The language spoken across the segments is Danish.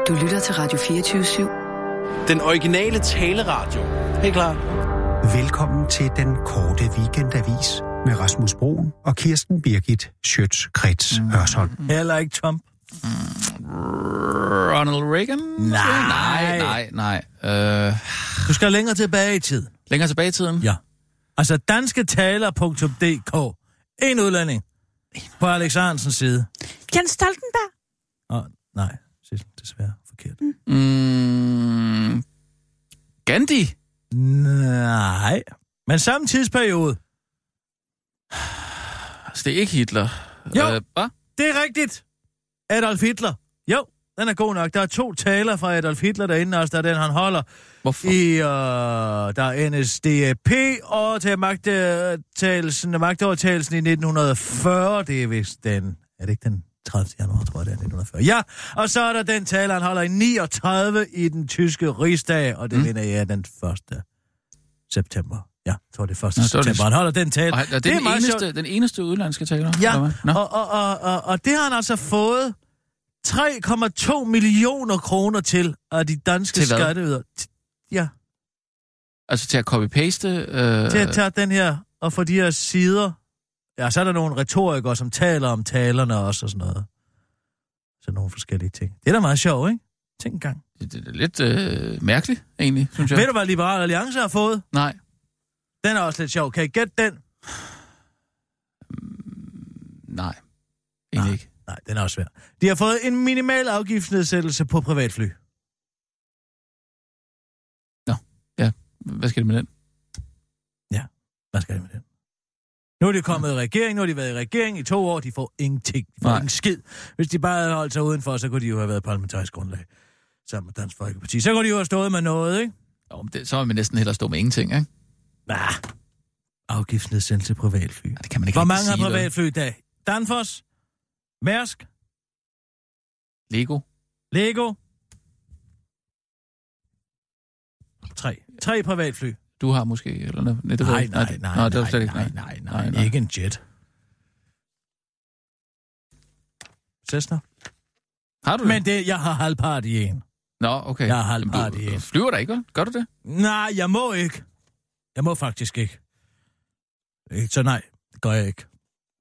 Du lytter til Radio 24/7. Den originale taleradio. Helt klar. Velkommen til den korte weekendavis med Rasmus Broen og Kirsten Birgit Schøtz-Krets Hørsholm. Heller ikke Trump. Ronald Reagan? Nej. Du skal længere tilbage i tiden. Længere tilbage i tiden? Ja. Altså dansketaler.dk. En udlænding. På Alex Ahrensens side. Jens Stoltenberg? Nej, desværre forkert. Gandhi? Nej. Men samme tidsperiode. Altså, det er ikke Hitler. Jo, Hvad? det er rigtigt. Adolf Hitler. Jo, den er god nok. Der er 2 taler fra Adolf Hitler derinde, også der er den, han holder. Hvorfor? Der er NSDAP og til magtovertagelsen i 1940. Det er vist den... Er det ikke den 30. januar, tror jeg, det er 1940? Ja, og så er der den tale, han holder i 39 i den tyske Rigsdag, og det mener jeg er den 1. september. Ja, jeg tror det er 1. september. Han holder den tale. Og det er den eneste udlandske taler? Ja, og det har han altså fået 3,2 millioner kroner til af de danske skatteydere. Ja. Altså til at copy-paste? Til at tage den her, og få de her sider. Ja, så er der nogle retorikere, som taler om talerne også og sådan noget. Så nogle forskellige ting. Det er da meget sjovt, ikke? Tænk en gang. Det er lidt mærkeligt, egentlig, synes jeg. Ved du, hvad Liberal Alliance har fået? Nej. Den er også lidt sjov. Kan I gætte den? Nej. Egentlig ikke. Nej, den er også svær. De har fået en minimal afgiftsnedsættelse på privatfly. Nå, ja. Hvad skal det med den? Ja, hvad skal det med den? Nu er de kommet i regering, nu har de været i regering i 2 år, de får ingenting. De får ingen skid. Hvis de bare havde holdt sig udenfor, så kunne de jo have været parlamentarisk grundlag sammen med Dansk Folkeparti. Så kunne de jo have stået med noget, ikke? Jo, men så vil man næsten hellere stå med ingenting, ikke? Nej. Afgiftsnedsættelse til privatfly. Ja, det kan man ikke. Hvor mange har privatfly i dag? Danfoss? Mærsk? Lego? 3 privatfly. Du har måske, eller noget? Nej, det var slet ikke. Nej, ikke en jet. Cessna. Har du det? Men jeg har halvpart i en. Nå, okay. Jeg har halvpart i en. Flyver der ikke, gør du det? Nej, jeg må ikke. Jeg må faktisk ikke. Så nej, det gør jeg ikke.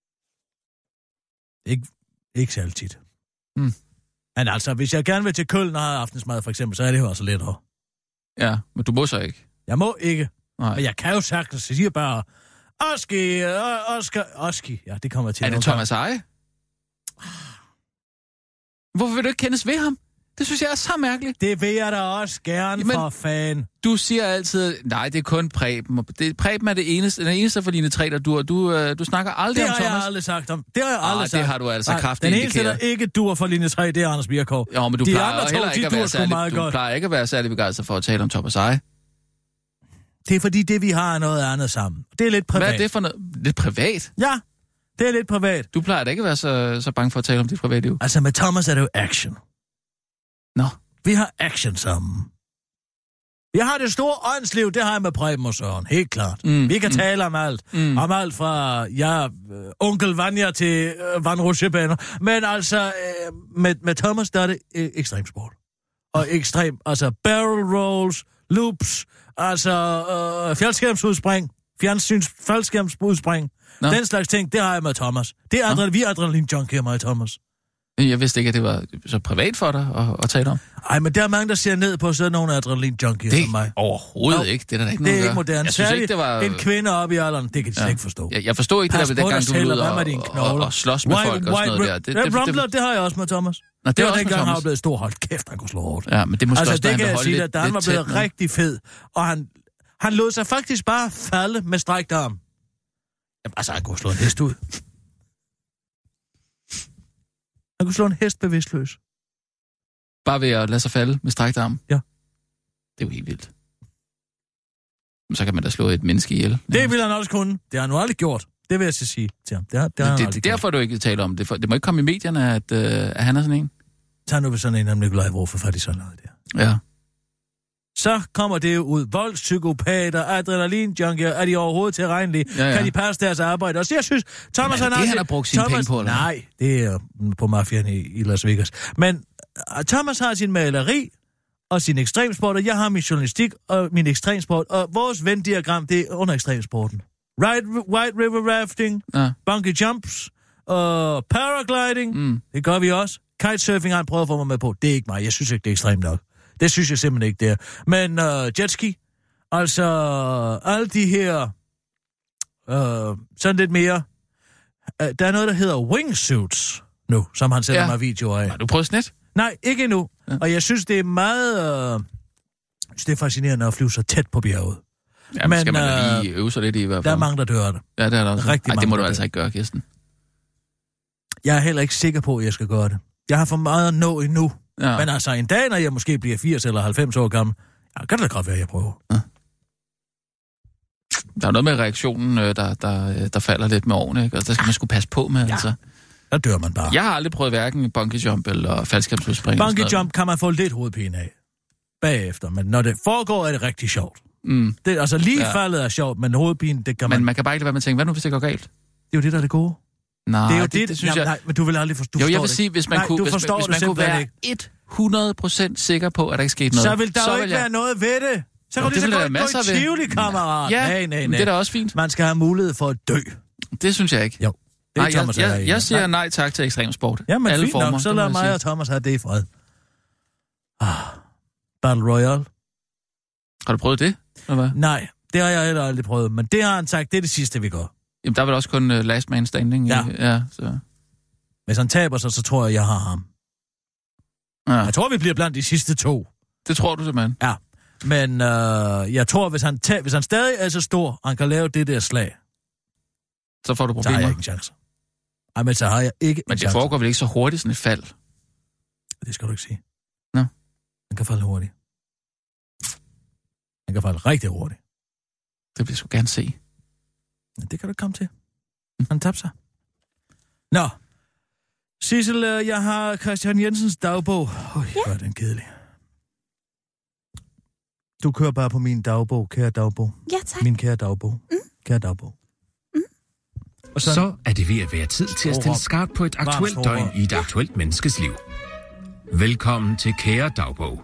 Ikke særlig tit. Men altså, hvis jeg gerne vil til Køln og have aftensmad for eksempel, så er det jo også lettere. Ja, men du må så ikke. Jeg må ikke. Nej. Og jeg kan jo sagtens sige bare, Oski. Ja, det kommer til. Er det Thomas Eje? Hvorfor vil du ikke kendes ved ham? Det synes jeg er så mærkeligt. Det vil jeg da også gerne, for fan. Du siger altid, nej, det er kun Preben. Preben er den eneste for Line 3, der du snakker aldrig om Thomas. Det har jeg aldrig sagt om. Det har jeg aldrig sagt. Det har du altså kraftigt indikeret. Den eneste, der ikke dur for Line 3, det er Anders Birkov. Jo, men du plejer ikke at være særlig begejstret for at tale om Thomas Eje. Det er fordi, det vi har er noget andet sammen. Det er lidt privat. Hvad er det for noget? Lidt privat? Ja, det er lidt privat. Du plejer da ikke at være så bange for at tale om dit privatliv. Altså med Thomas er det jo action. Nå. Vi har action sammen. Vi har det store åndsliv, det har jeg med Preben og Søren, helt klart. Vi kan tale om alt. Om alt fra, onkel Vanja til vandrutsjebaner. Men altså, med Thomas, der er det ekstrem sport. Og ekstrem, altså barrel rolls, loops, altså faldskærmsudspring. Den slags ting, det har jeg med Thomas. Det er vi er adrenalin-junkie mig, Thomas. Jeg vidste ikke, at det var så privat for dig at tale om. Ej, men der er mange, der ser ned på sådan nogle adrenalin-junkier som mig. Overhovedet ikke. Det er der ikke noget at gøre. Det er ikke moderne. Jeg synes ikke, det var... En kvinde op i alderen, det kan de slet ikke forstå. Jeg forstod ikke det der, dengang du ud og slås med folk og sådan noget der. Rumbler, det har jeg også med Thomas. Nå, det var dengang, han var blevet stor. Hold kæft, han kunne slå hårdt. Ja, men det måske også, det kan jeg sige, at han var blevet rigtig fed. Og han lod sig faktisk bare falde med strækt arm. Altså, han kunne slå en hest ud. Han kunne slå en hest bevidstløs. Bare ved at lade sig falde med strækt arm? Ja. Det er jo helt vildt. Men så kan man da slå et menneske ihjel. Det vil han også kunne. Det har han nu aldrig gjort. Det vil jeg så sige til ham. Det er derfor, du ikke taler om det. Det må ikke komme i medierne, at han er sådan en. Tag nu ved sådan en af Nikolaj Wurf, fat i sådan noget der. Ja. Så kommer det jo ud. Voldspsykopater, adrenalin-junkier, er de overhovedet tilregnelige? Ja. Kan de passe deres arbejde? Og så jeg synes, Thomas... Men det han har brugt sine penge på, eller? Nej, det er på mafiaen i Las Vegas. Men Thomas har sin maleri og sin ekstremsport, og jeg har min journalistik og min ekstremsport, og vores Venn-diagram, det er under ekstremsporten. White River Rafting, bungee jumps og paragliding, det gør vi også. Kitesurfing har han prøvet at få mig med på. Det er ikke mig, jeg synes ikke, det er ekstremt nok. Det synes jeg simpelthen ikke, det er. Men jetski, altså alle de her, sådan lidt mere, der er noget, der hedder wingsuits nu, som han sender mig videoer af. Har du prøvet snet? Nej, ikke endnu. Ja. Og jeg synes, det er meget... det er fascinerende at flyve så tæt på bjerget. Ja, men skal man lige øve sig lidt i hvert fald. Der er mange, der dør det. Ja, det er der også. Rigtig mange, det må du altså ikke gøre, Kirsten. Jeg er heller ikke sikker på, at jeg skal gøre det. Jeg har for meget at nå endnu. Ja. Men altså en dag, når jeg måske bliver 80 eller 90 år gammel, kan det da godt være, at jeg prøver. Ja. Der er noget med reaktionen, der falder lidt med årene, ikke? Og der skal man sgu passe på med, altså. Der dør man bare. Jeg har aldrig prøvet hverken bungee jump eller faldskærmsudspring. Bungee jump kan man få lidt hovedpine af bagefter, men når det foregår, er det rigtig sjovt. Det, altså lige faldet er sjovt, men hovedpine, det kan man... Men man kan bare ikke lade være med at tænke, hvad nu hvis det går galt? Det er jo det, der er det gode. Nej, det er jo det synes jeg... Nej, men du vil aldrig forstå. Jo, jeg vil sige, hvis man kunne være 100% sikker på, at der ikke skete noget, så vil der jo ikke være noget ved det. Så kan du lige så godt gå i Tivoli, kammerat. Ja, nej. Det er da også fint. Man skal have mulighed for at dø. Det synes jeg ikke. Jo. Jeg siger nej tak til ekstremsport. Ja, men alle fint former, nok, så lad mig og Thomas have det i fred. Battle Royale. Har du prøvet det? Eller hvad? Nej, det har jeg heller aldrig prøvet, men det har han sagt, det er det sidste, vi gør. Jamen, der er vel også kun last man standing. Ja. Så. Hvis han taber sig, så tror jeg har ham. Ja. Jeg tror, vi bliver blandt de sidste 2. Det tror du simpelthen? Ja, men jeg tror, hvis han stadig er så stor, han kan lave det der slag, så får du problemer. Så har jeg ikke en chance. Ej, men så har jeg ikke Men det foregår vel ikke så hurtigt, sådan et fald? Det skal du ikke sige. Nå. Han kan falde hurtigt. Han kan falde rigtig hurtigt. Det vil jeg sgu gerne se. Men det kan du komme til. Han tabte sig. Nå. Sissel, jeg har Christian Jensens dagbog. Hvor er den kedelig. Du kører bare på min dagbog, kære dagbog. Ja, tak. Min kære dagbog. Kære dagbog. Og så er det ved at være tid til at stille skarpt på et aktuelt døgn i et aktuelt menneskes liv. Velkommen til Kære Dagbog.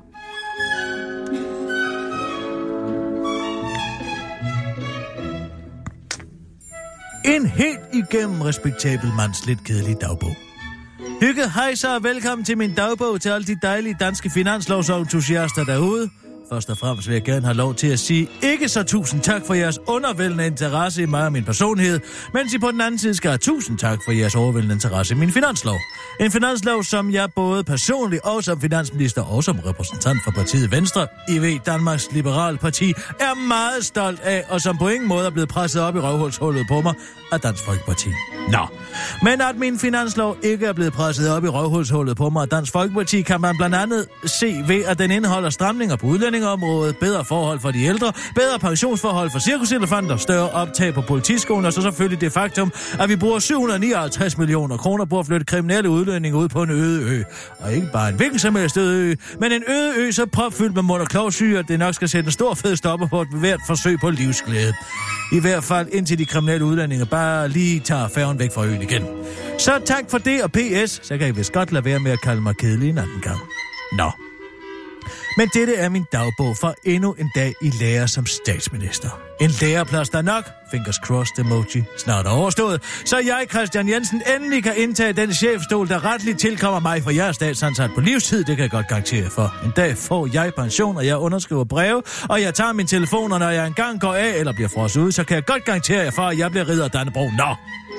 En helt igennem respektabel mands lidt kedelig dagbog. Hygge, hej så og velkommen til min dagbog til alle de dejlige danske finanslovsentusiaster derude. Først og fremmest vil jeg gerne have lov til at sige ikke så tusind tak for jeres undervældende interesse i mig og min personlighed, mens I på den anden side skal have tusind tak for jeres overvældende interesse i min finanslov. En finanslov, som jeg både personligt og som finansminister og som repræsentant for partiet Venstre, IV Danmarks Liberale Parti, er meget stolt af, og som på ingen måde er blevet presset op i røvhulshullet på mig af Dansk Folkeparti. Nå, men at min finanslov ikke er blevet presset op i røvhulshullet på mig af Dansk Folkeparti, kan man blandt andet se ved, at den indeholder stramninger på udlændingeområdet, bedre forhold for de ældre, bedre pensionsforhold for cirkuselefanter, større optag på politiskolen, og så selvfølgelig det faktum, at vi bruger 759 millioner kroner på at flytte kriminelle udlændinge ud på en øde ø. Og ikke bare en hvilken som helst øde ø, men en øde ø så propfyldt med mund- og klovsyge, at det nok skal sætte en stor fed stopper på et hvert forsøg på livsglæde. I hvert fald indtil de kriminelle udlændinge bare lige tager færgen væk fra øen igen. Så tak for det, og PS, så kan I vist godt lade være med at kalde mig kedelig en anden gang. Nå. Men dette er min dagbog for endnu en dag i lære som statsminister. En læreplads, der nok, fingers crossed emoji, snart er overstået, så jeg, Christian Jensen, endelig kan indtage den chefstol, der retligt tilkommer mig, for jeg er statsansat på livstid, det kan jeg godt garantere for. En dag får jeg pension, og jeg underskriver breve, og jeg tager min telefon, og når jeg engang går af eller bliver frosset ud, så kan jeg godt garantere jer for, at jeg bliver ridder Dannebrog. Nå!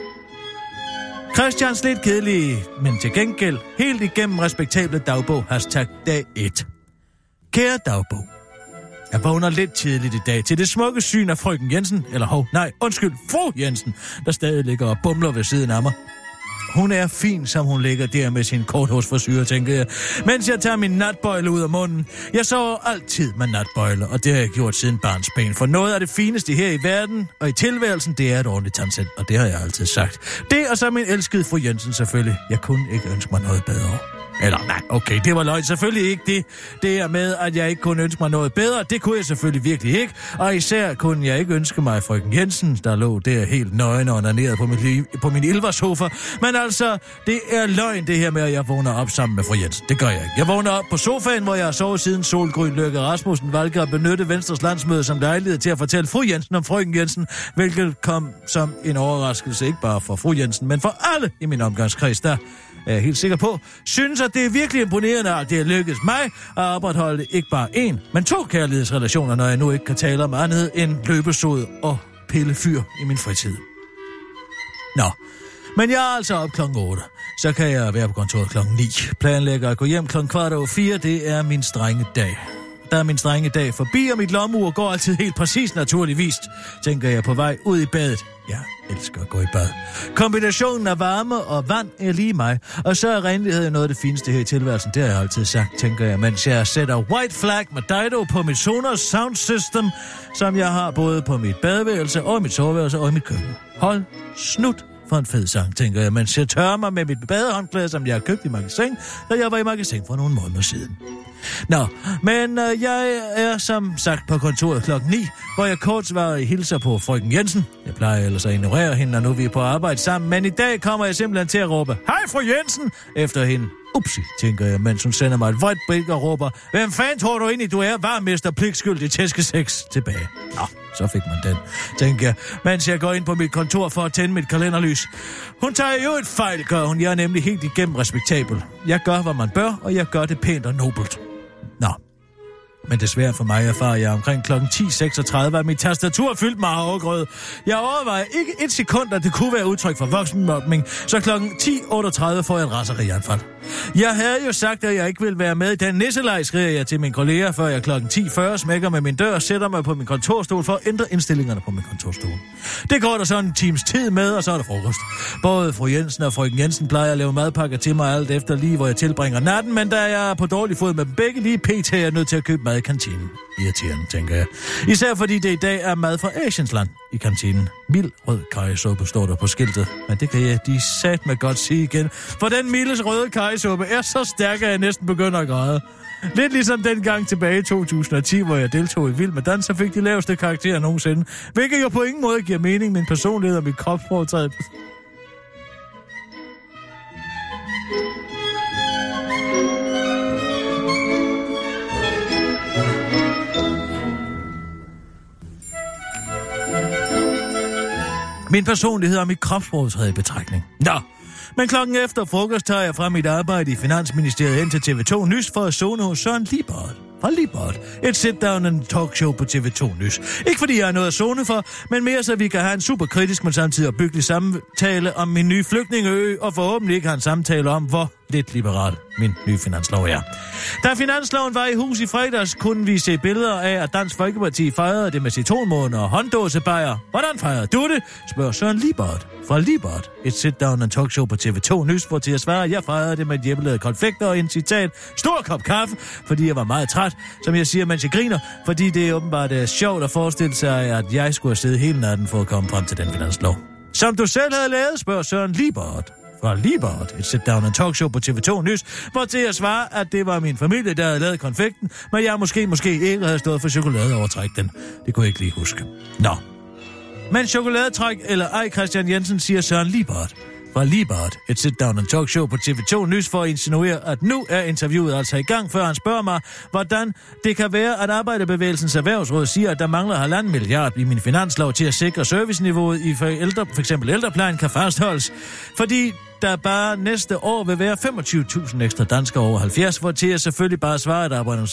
Christians lidt kedelige, men til gengæld helt igennem respektable dagbog, hashtag dag 1. Kære dagbog. Jeg vågner lidt tidligt i dag til det smukke syn af frøken Jensen, fru Jensen, der stadig ligger og bumler ved siden af mig. Hun er fin, som hun ligger der med sin korthårsforsyre, tænker jeg, mens jeg tager min natbøjle ud af munden. Jeg sover altid med natbøjle, og det har jeg gjort siden barnsben, for noget af det fineste her i verden og i tilværelsen, det er et ordentligt tandsæt, og det har jeg altid sagt. Det og så min elskede fru Jensen selvfølgelig. Jeg kunne ikke ønske mig noget bedre. Eller nej, okay, det var løgn. Selvfølgelig ikke det. Det er med, at jeg ikke kunne ønske mig noget bedre. Det kunne jeg selvfølgelig virkelig ikke. Og især kunne jeg ikke ønske mig frøken Jensen, der lå der helt nøgen og onaneret på min Ilva-sofa. Men altså, det er løgn det her med, at jeg vågner op sammen med fru Jensen. Det gør jeg ikke. Jeg vågner op på sofaen, hvor jeg har sovet siden Solgrøn Løkke Rasmussen valgte at benytte Venstres landsmøde som lejlighed til at fortælle fru Jensen om frøken Jensen, hvilket kom som en overraskelse ikke bare for fru Jensen, men for alle i min omgangskreds, der er jeg helt sikker på, synes, at det er virkelig imponerende, at det er lykkedes mig at opretholde ikke bare én, men 2 kærlighedsrelationer, når jeg nu ikke kan tale om andet end løbesod og pillefyr i min fritid. Nå, men jeg er altså op klokken 8. Så kan jeg være på kontoret klokken 9. Planlægger at gå hjem klokken 4:15. Det er min strenge dag. Der er min strenge dag forbi, og mit lommeur går altid helt præcis naturligvis, tænker jeg på vej ud i badet. Jeg elsker at gå i bad. Kombinationen af varme og vand er lige mig, og så er renlighed noget af det fineste her i tilværelsen. Det har jeg altid sagt, tænker jeg, mens jeg sætter White Flag med Dido på mit Sonos Sound System, som jeg har både på mit badeværelse og mit soveværelse og i mit køkken. Hold snut for en fed sang, tænker jeg, mens jeg tørrer mig med mit badehåndklæde, som jeg har købt i magasin, da jeg var i magasin for nogle måneder siden. Nå, men jeg er som sagt på kontoret klokken 9, hvor jeg kort svarer hilser på frøken Jensen. Jeg plejer ellers at ignorere hende, når nu vi er på arbejde sammen, men i dag kommer jeg simpelthen til at råbe, hej fru Jensen, efter hende. Upsi, tænker jeg, mens hun sender mig et vredt blik og råber, hvem fanden tror du egentlig, du er, varmester pligtskyldig tæskeseks tilbage? Nå, så fik man den, tænker jeg, mens jeg går ind på mit kontor for at tænde mit kalenderlys. Hun tager jo et fejl, gør hun. Jeg er nemlig helt igennem respektabel. Jeg gør, hvad man bør, og jeg gør det pænt og nobelt. Nå, men desværre for mig erfarer jeg omkring klokken 10.36, at mit tastatur er fyldt med havregrød. Jeg overvejer ikke et sekund, at det kunne være udtryk for voksenmobning, så klokken 10.38 får jeg et raserianfald. Jeg havde jo sagt, at jeg ikke ville være med i den nisselej, skriver jeg til mine kolleger, før jeg klokken 10.40 smækker med min dør og sætter mig på min kontorstol for at ændre indstillingerne på min kontorstol. Det går der sådan en times tid med, og så er der frokost. Både fru Jensen og frøken Jensen plejer at lave madpakker til mig alt efter lige, hvor jeg tilbringer natten, men da jeg er på dårlig fod med dem begge, lige pt. Er jeg nødt til at købe mad i kantinen. Irriterende, tænker jeg. Især fordi det i dag er mad fra Asiensland i kantinen. Mild rød karrysuppe står der på skiltet, men det kan jeg de satme godt sige igen. For den mildes røde karrysuppe er så stærk, at jeg næsten begynder at græde. Lidt ligesom den gang tilbage i 2010, hvor jeg deltog i Vild med Dans, så fik de laveste karakterer nogensinde. Hvilket jo på ingen måde giver mening, min personlighed og mit kropsprog. Min personlighed og mit kropsprog træder i betragtning. Nå, men klokken efter frokost tager jeg fra mit arbejde i Finansministeriet hen til TV2 Nys for at zone hos Søren Liebert. Fra Liebert. Et sit-down and talkshow på TV2 Nys. Ikke fordi jeg har noget at zone for, men mere så vi kan have en super kritisk, men samtidig opbyggelig samtale om min nye flygtningeø, og forhåbentlig ikke have en samtale om, hvor lidt liberal min nye finanslov er. Da finansloven var i hus i fredags, kunne vi se billeder af, at Dansk Folkeparti fejrede det med citronmåne og hånddåsebajer. Hvordan fejrede du det? Spørger Søren Liebert fra Liebert. Et sit-down and talkshow på TV2 Nys, hvor til at svare, at jeg fejrede det med et hjemmelavet konfekter og en citat stor kop kaffe, fordi jeg var meget træt, som jeg siger, mens jeg griner, fordi det er åbenbart sjovt at forestille sig, at jeg skulle have siddet hele natten for at komme frem til den finanslov. Som du selv havde lavet, spørger Søren Liebert fra Liebert, et sit-down and talkshow på TV2 Nys, hvor til at svare, at det var min familie, der havde lavet konfekten, men jeg måske ikke havde stået for chokoladeovertræk den. Det kunne jeg ikke lige huske. Nå. Men chokoladetræk eller ej, Christian Jensen, siger Søren Liebert fra Liebert, et sit-down and talkshow på TV2 Nys for at insinuere, at nu er interviewet altså i gang, før han spørger mig, hvordan det kan være, at Arbejderbevægelsens Erhvervsråd siger, at der mangler 1,5 milliard i min finanslov til at sikre serviceniveauet i for eksempel ældreplejen kan fastholdes, fordi der bare næste år vil være 25.000 ekstra danskere over 70, hvor til at selvfølgelig bare svare,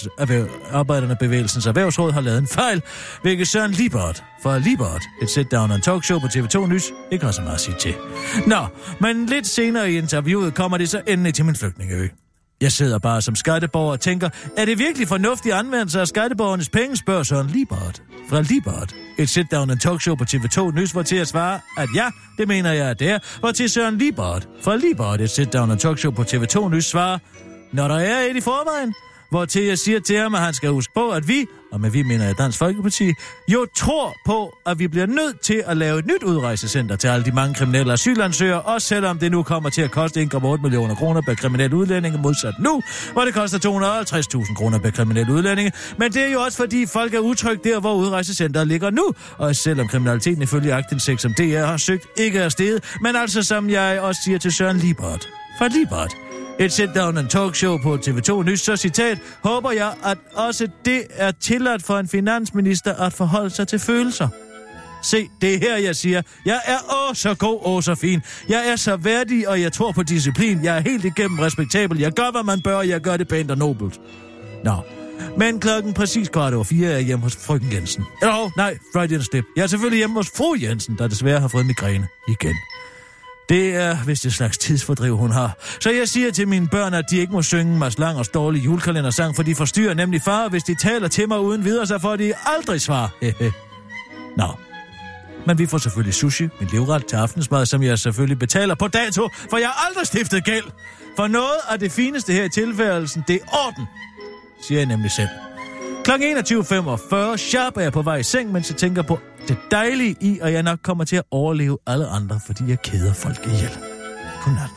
at Arbejderbevægelsens Erhvervsråd har lavet en fejl, hvilket Søren Liebert fra Liebert, et sit-down and talkshow på TV2 Nys, ikke har så meget at sige til. Nå, men lidt senere i interviewet kommer det så endelig til min flygtningeø. Jeg sidder bare som skatteborger og tænker, er det virkelig fornuftig anvendelse af skatteborgernes penge, spørger Søren Liebert fra Liebert. Et sit-down and talkshow på TV2 Nys, hvor til at svare, at ja, det mener jeg, at det er. Hvor til Søren Liebert fra Liebert, et sit-down and talkshow på TV2 Nys, svarer, når der er et i forvejen. Hvor til jeg siger til ham, at han skal huske på, at vi, og med vi mener jeg Dansk Folkeparti, jo tror på, at vi bliver nødt til at lave et nyt udrejsecenter til alle de mange kriminelle asylansøgere, også selvom det nu kommer til at koste 1,8 millioner kroner per kriminel udlændinge, modsat nu, hvor det koster 250.000 kroner per kriminel udlændinge. Men det er jo også fordi folk er utrygge der, hvor udrejsecenteret ligger nu, og selvom kriminaliteten ifølge aktindsigt, som DR har søgt, ikke er steget, men altså som jeg også siger til Søren Liebert. For Liebert. Et sit-down and talkshow på TV2 Nys, så citat, håber jeg, at også det er tilladt for en finansminister at forholde sig til følelser. Se, det er her, jeg siger, jeg er så god, så fin. Jeg er så værdig, og jeg tror på disciplin. Jeg er helt igennem respektabel. Jeg gør, hvad man bør, og jeg gør det pænt og nobelt. Nå, men klokken præcis 4:15 er jeg hjemme hos frøken Jensen. Freudian slip. Jeg er selvfølgelig hjemme hos fru Jensen, der desværre har fået migræne igen. Det er vist et slags tidsfordriv, hun har. Så jeg siger til mine børn, at de ikke må synge Mads Lang og dårlig julekalendersang, for de forstyrrer nemlig far, hvis de taler til mig uden videre, så får de aldrig svar. Nå. Men vi får selvfølgelig sushi, min livret til aftensmad, som jeg selvfølgelig betaler på dato, for jeg har aldrig stiftet gæld. For noget af det fineste her i tilværelsen, det er orden, siger jeg nemlig selv. Klokken 21:45 sharp er jeg på vej i seng, mens jeg tænker på det dejlige i, og jeg nok kommer til at overleve alle andre, fordi jeg keder folk ihjel. Godnat.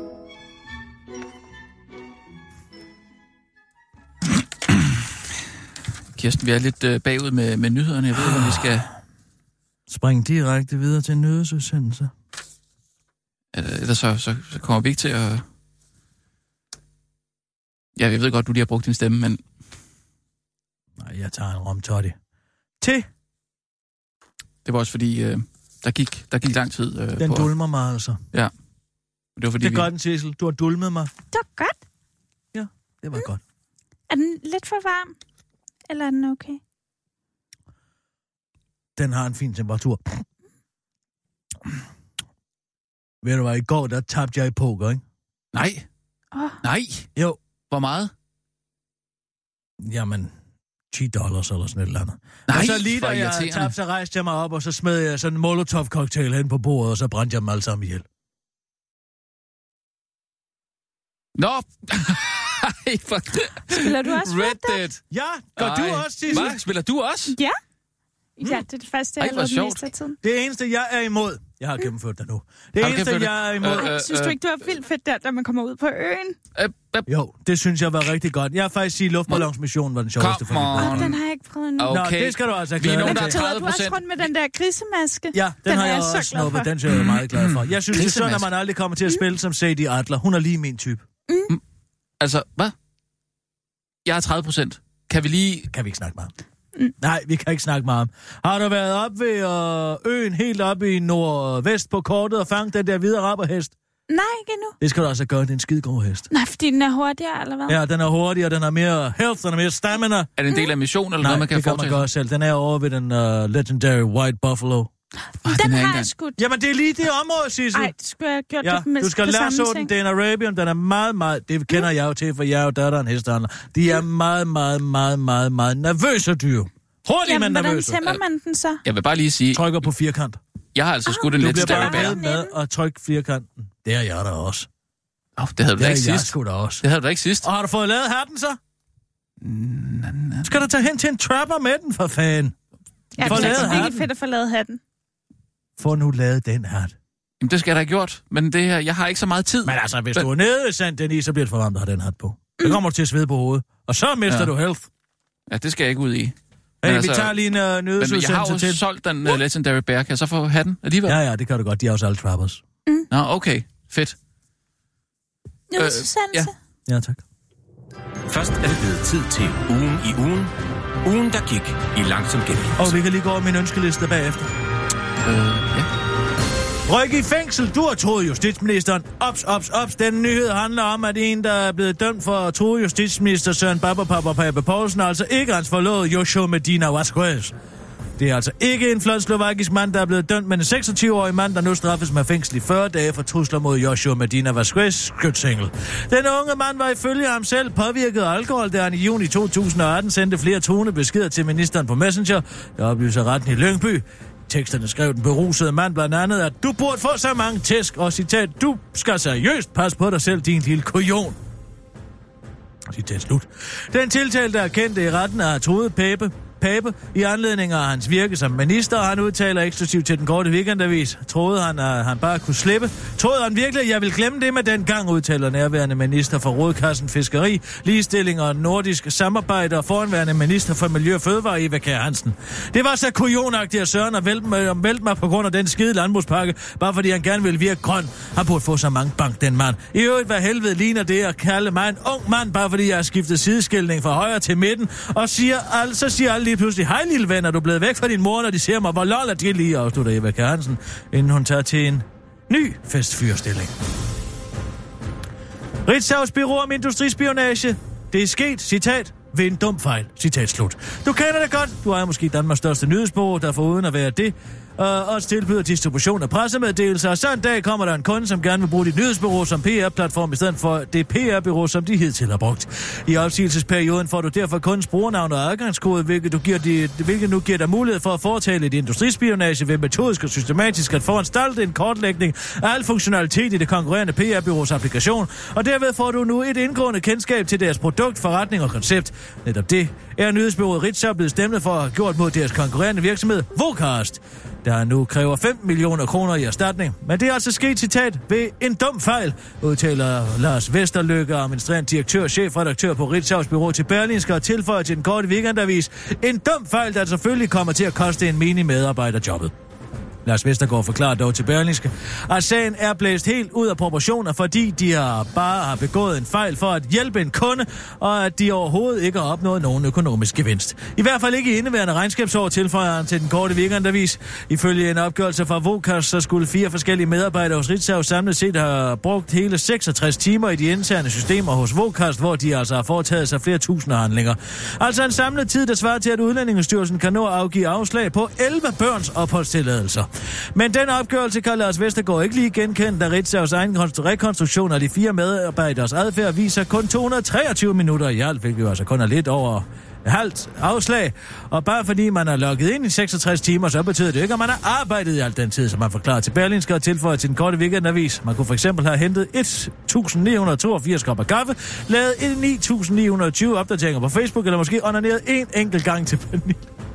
Kirsten, vi er lidt bagud med nyhederne. Jeg ved ikke, om vi skal... Spring direkte videre til en nyhedsudsendelse. Ellers så kommer vi ikke til at... Ja, jeg ved godt, du lige har brugt din stemme, men... Nej, jeg tager en romtotti. Til? Det var også fordi, der gik lang tid den dulmer mig altså. Ja. Det var fordi, det er godt, Sissel. Du har dulmet mig. Det var godt. Ja, det var godt. Er den lidt for varm? Eller er den okay? Den har en fin temperatur. Ved du hvad, i går, der tabte jeg i poker, ikke? Nej. Nej. Jo. Hvor meget? Jamen, $10 eller sådan et eller andet. Nej, og så lige da jeg tabte, så rejste jeg mig op, og så smed jeg sådan en Molotov-cocktail hen på bordet, og så brændte jeg dem alle sammen ihjel. Nå! Spiller du også Red Dead? Ja, gør du også, Sissel? Hvad? Spiller du også? Ja. Ja, det er det første, jeg har lavet mest af tiden. Det eneste, jeg er imod... Jeg har gennemført det nu. Det eneste, jeg er imod... Synes du ikke, du var vildt fedt der, da man kommer ud på øen? Jo, det synes jeg var rigtig godt. Jeg har faktisk sige, luftballonsmissionen var den sjoveste for mig. Den har jeg ikke prøvet endnu. Okay. Nå, det skal du altså klare. Vi er nogen, der er 30%. Du også rundt med den der grisemaske. Ja, den har jeg også snuppet. Den synes jeg er meget glad for. Jeg synes, det er sådan, at man aldrig kommer til at spille som Sadie Adler. Hun er lige min type. Altså, hvad? Jeg er 30%. Kan vi ikke snakke meget om? Nej, vi kan ikke snakke meget om. Har du været op ved øen, helt oppe i nordvest på kortet og fanget den der hvide rabberhest? Nej, ikke endnu. Det skal du altså gøre, det er en skidegod hest. Nej, fordi den er hurtigere, eller hvad? Ja, den er hurtigere, den har mere health, den har mere stamina. Er det en del af missionen, eller noget, man kan foretage? Nej, det kan man gøre selv. Den er over ved den legendary White Buffalo. Den har jeg skudt. Jamen, det er lige det område, Sissel. Nej, det skulle jeg have gjort det med du skal lære så den, det er en Arabian, den er meget, meget, det kender jeg jo til, for jeg er jo datteren hestehandler. De er meget, meget, meget, meget, meget nervøse dyr. Hurtigt, men nervøse. Hvordan tæmmer man den så? Jeg vil bare lige sige... Trykker på firkant. Jeg har altså skudt en lidt stærre bær. Du bliver bare med at trykke firkanten. Det er jeg da også. Det havde du da ikke sidst. Jeg sgu da også. Det havde du da ikke sidst. Og har du fået lavet hatten så? Skal du tage hen til en trapper med den, for fanden? Ja, det er virkelig fedt at få lavet hatten. Få nu lavet den hat. Jamen, det skal jeg da have gjort. Men det her, jeg har ikke så meget tid. Men altså, hvis du er nede ved Saint Denis, så bliver det for varmt at have den hat på. Så kommer du til at svede på hovedet. Og så mister du health. Ja, det skal jeg ikke ud i. Hey, altså, vi tager lige en nyhedsudsendelse til. Men jeg har jo solgt den legendary bear. Kan jeg så få hatten alligevel? Ja, det kan du godt. De er også alle trappers. Nå, okay. Fedt. Nyhedsudsendelse? Ja, tak. Først er det blevet tid til ugen i ugen. Ugen, der gik i langsom gengivelse. Og vi kan lige gå over min ønskeliste bagefter. Ja. Ryk i fængsel, du har troet justitsministeren. Ops. Den nyhed handler om, at en, der er blevet dømt for at true justitsminister Søren Pape Poulsen, altså ikke hans forlovede Joshua Medina Vazquez. Det er altså ikke en flot slovakisk mand, der er blevet dømt, men en 26-årig mand, der nu straffes med fængsel i 40 dage for trusler mod Joshua Medina Vazquez skytsengel. Den unge mand var ifølge ham selv påvirket af alkohol, da han i juni 2018 sendte flere tonebeskeder til ministeren på Messenger. Der oplyser retten i Lyngby. Teksterne skrev den berusede mand blandt andet, at du burde få så mange tæsk, og citat, du skal seriøst passe på dig selv, din lille kujon. Citat slut. Den tiltalte er kendt i retten af truet Pape i anledning af hans virke som minister, og han udtaler eksklusivt til den korte weekendavis. Troede han, at han bare kunne slippe? Troede han virkelig, at jeg vil glemme det med den gang, udtaler nærværende minister for Rådkassen, Fiskeri, Ligestilling og Nordisk Samarbejde og foranværende minister for Miljø og Fødevare, Eva Kjær Hansen. Det var så kujonagtigt at Søren og vælte mig på grund af den skide landbrugspakke, bare fordi han gerne ville virke grøn. Han burde få så mange bank, den mand. I øvrigt, hvad helvede ligner det at kalde mig en ung mand, bare fordi jeg har skiftet sideskilning fra højre til midten, og siger alle lige pludselig, hej lille ven, er du blevet væk fra din mor, når de ser mig, hvor lol er det lige, afslutter Eva Kjær Hansen, inden hun tager til en ny festfyrstilling. Ritzaus Bureau om industrispionage. Det er sket, citat, ved en dum fejl, citat slut. Du kender det godt, du er måske Danmarks største nyhedsbureau, der foruden at være det, også tilbyder distribution af pressemeddelelser, og så en dag kommer der en kunde, som gerne vil bruge dit nyhedsbureau som PR-platform, i stedet for det PR-bureau, som de hidtil har brugt. I opsigelsesperioden får du derfor kundens brugernavn og adgangskode, hvilket nu giver dig mulighed for at foretage lidt industrispionage ved metodisk og systematisk at foranstalte en kortlægning af al funktionalitet i det konkurrerende PR-bureaus applikation, og derved får du nu et indgående kendskab til deres produkt, forretning og koncept. Netop det er nyhedsbureauet Ritzau blevet stemt for at have gjort mod deres konkurrerende virksomhed, Vocast, der nu kræver 5 millioner kroner i erstatning. Men det er altså sket, citat, ved en dum fejl, udtaler Lars Vesterlykke, administrerende direktør og chefredaktør på Ritzaus Bureau til Berlingske, og tilføjer til den korte weekendavis. En dum fejl, der selvfølgelig kommer til at koste en mini-medarbejder jobbet. Lars Vestergaard forklarer dog til Berlingske, at sagen er blæst helt ud af proportioner, fordi de bare har begået en fejl for at hjælpe en kunde, og at de overhovedet ikke har opnået nogen økonomisk gevinst. I hvert fald ikke i indeværende regnskabsår, tilføjer han til den korte weekendavis. Ifølge en opgørelse fra Vocast, så skulle 4 forskellige medarbejdere hos Ritzau samlet set have brugt hele 66 timer i de interne systemer hos Vocast, hvor de altså har foretaget sig flere tusind handlinger. Altså en samlet tid, der svarer til, at Udlændingestyrelsen kan nå at afgive afslag på 11 børns opholdstilladelser. Men den opgørelse kan Lars Vestergaard ikke lige genkende, da Ritzaus egen rekonstruktion af de 4 medarbejderes adfærd viser kun 223 minutter i alt, hvilket jo altså kun er lidt over halvt afslag. Og bare fordi man er logget ind i 66 timer, så betyder det ikke, at man har arbejdet i alt den tid, som man forklarer til Berlingske og tilføjer til den korte weekendavis. Man kunne for eksempel have hentet 1.982 kopper kaffe, lavet 9.920 opdateringer på Facebook, eller måske onaneret en enkelt gang til Pernille.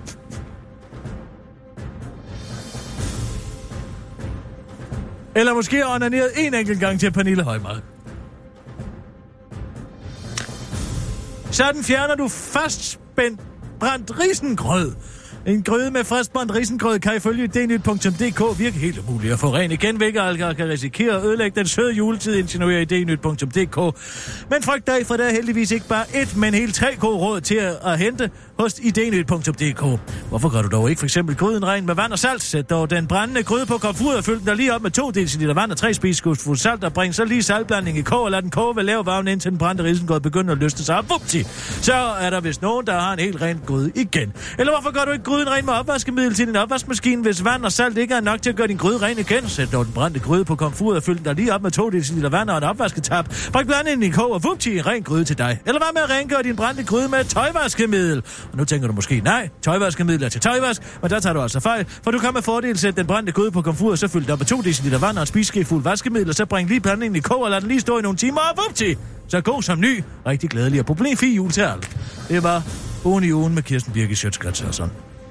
Eller måske onaneret en enkelt gang til Pernille Højmark. Sådan fjerner du fastspændt brændt risengrød. En gryde med fastbrændt risengrød kan ifølge dnyt.dk virke helt umuligt at få ren igen, hvilket kan risikere at ødelægge den søde juletid, insinuerer i dnyt.dk. Men frygt dig, for der er heldigvis ikke bare et, men helt 3 gode råd til at hente hos i dnyt.dk. Hvorfor gør du dog ikke for eksempel gryden ren med vand og salt? Sæt dog den brændende gryde på komfuret og fyld den der lige op med 2 dl vand og 3 spiseskefulde salt, og bring så lige saltblanding i kog og lad den koge ved lav varme, indtil den brændte risengrød begynder at løsne sig op. Vupti! Så er der vist nogen, der har en helt ren gryde igen. Eller hvorfor gør du ikke gryden ren med opvaskemiddel til din opvaskemaskine, hvis vand og salt ikke er nok til at gøre din gryde ren igen? Sæt dog den brændte gryde på komfuret og fyld den der lige op med 2 dl vand og en opvasketab. Bring blandingen i kog og vupti, en ren gryde til dig. Eller hvad med at rengøre din brændte gryde med tøjvaskemiddel? Og nu tænker du måske, nej, tøjvaskemiddel er til tøjvask, men der tager du altså fejl, for du kan med fordel sætte den brændte gryde på komfuret, så fylde den op med 2 dl vand og en spiseskefuld vaskemiddel, og så bring lige blandingen i kog og lad den lige stå i nogle timer, og vupti! Så god som ny, rigtig glædelig og problemfri jul til alle. Det var ugen i ugen med Kirsten Birgit Schøtz Krets.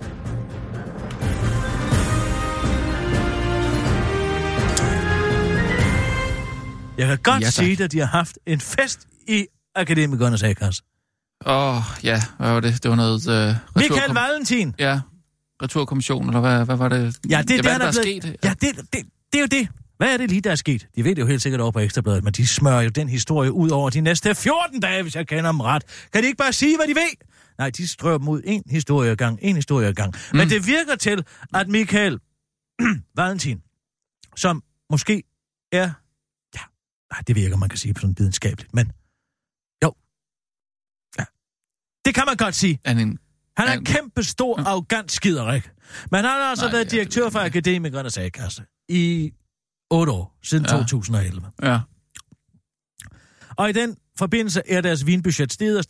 Jeg kan godt sige, at de har haft en fest i Akademikernes A-kasse. Ja, hvad var det? Det var noget... Michael Valentin. Ja, returkommission, eller hvad var det? Ja, det er hvad der er sket. Ja, det er jo det. Hvad er det lige, der er sket? De ved det jo helt sikkert over på Ekstrabladet, men de smører jo den historie ud over de næste 14 dage, hvis jeg kender dem ret. Kan de ikke bare sige, hvad de ved? Nej, de strøber dem ud en historie ad gang. Men det virker til, at Michael Valentin, som måske er... Ja, nej, det virker, man kan sige på sådan videnskabeligt, men... Jo. Ja. Det kan man godt sige. Han er en kæmpe stor, arrogant skiderik. Men han har altså været direktør for Akademikernes A-kasse i 8 år, siden 2011. Ja. Og i den forbindelse er deres vinbudget steget.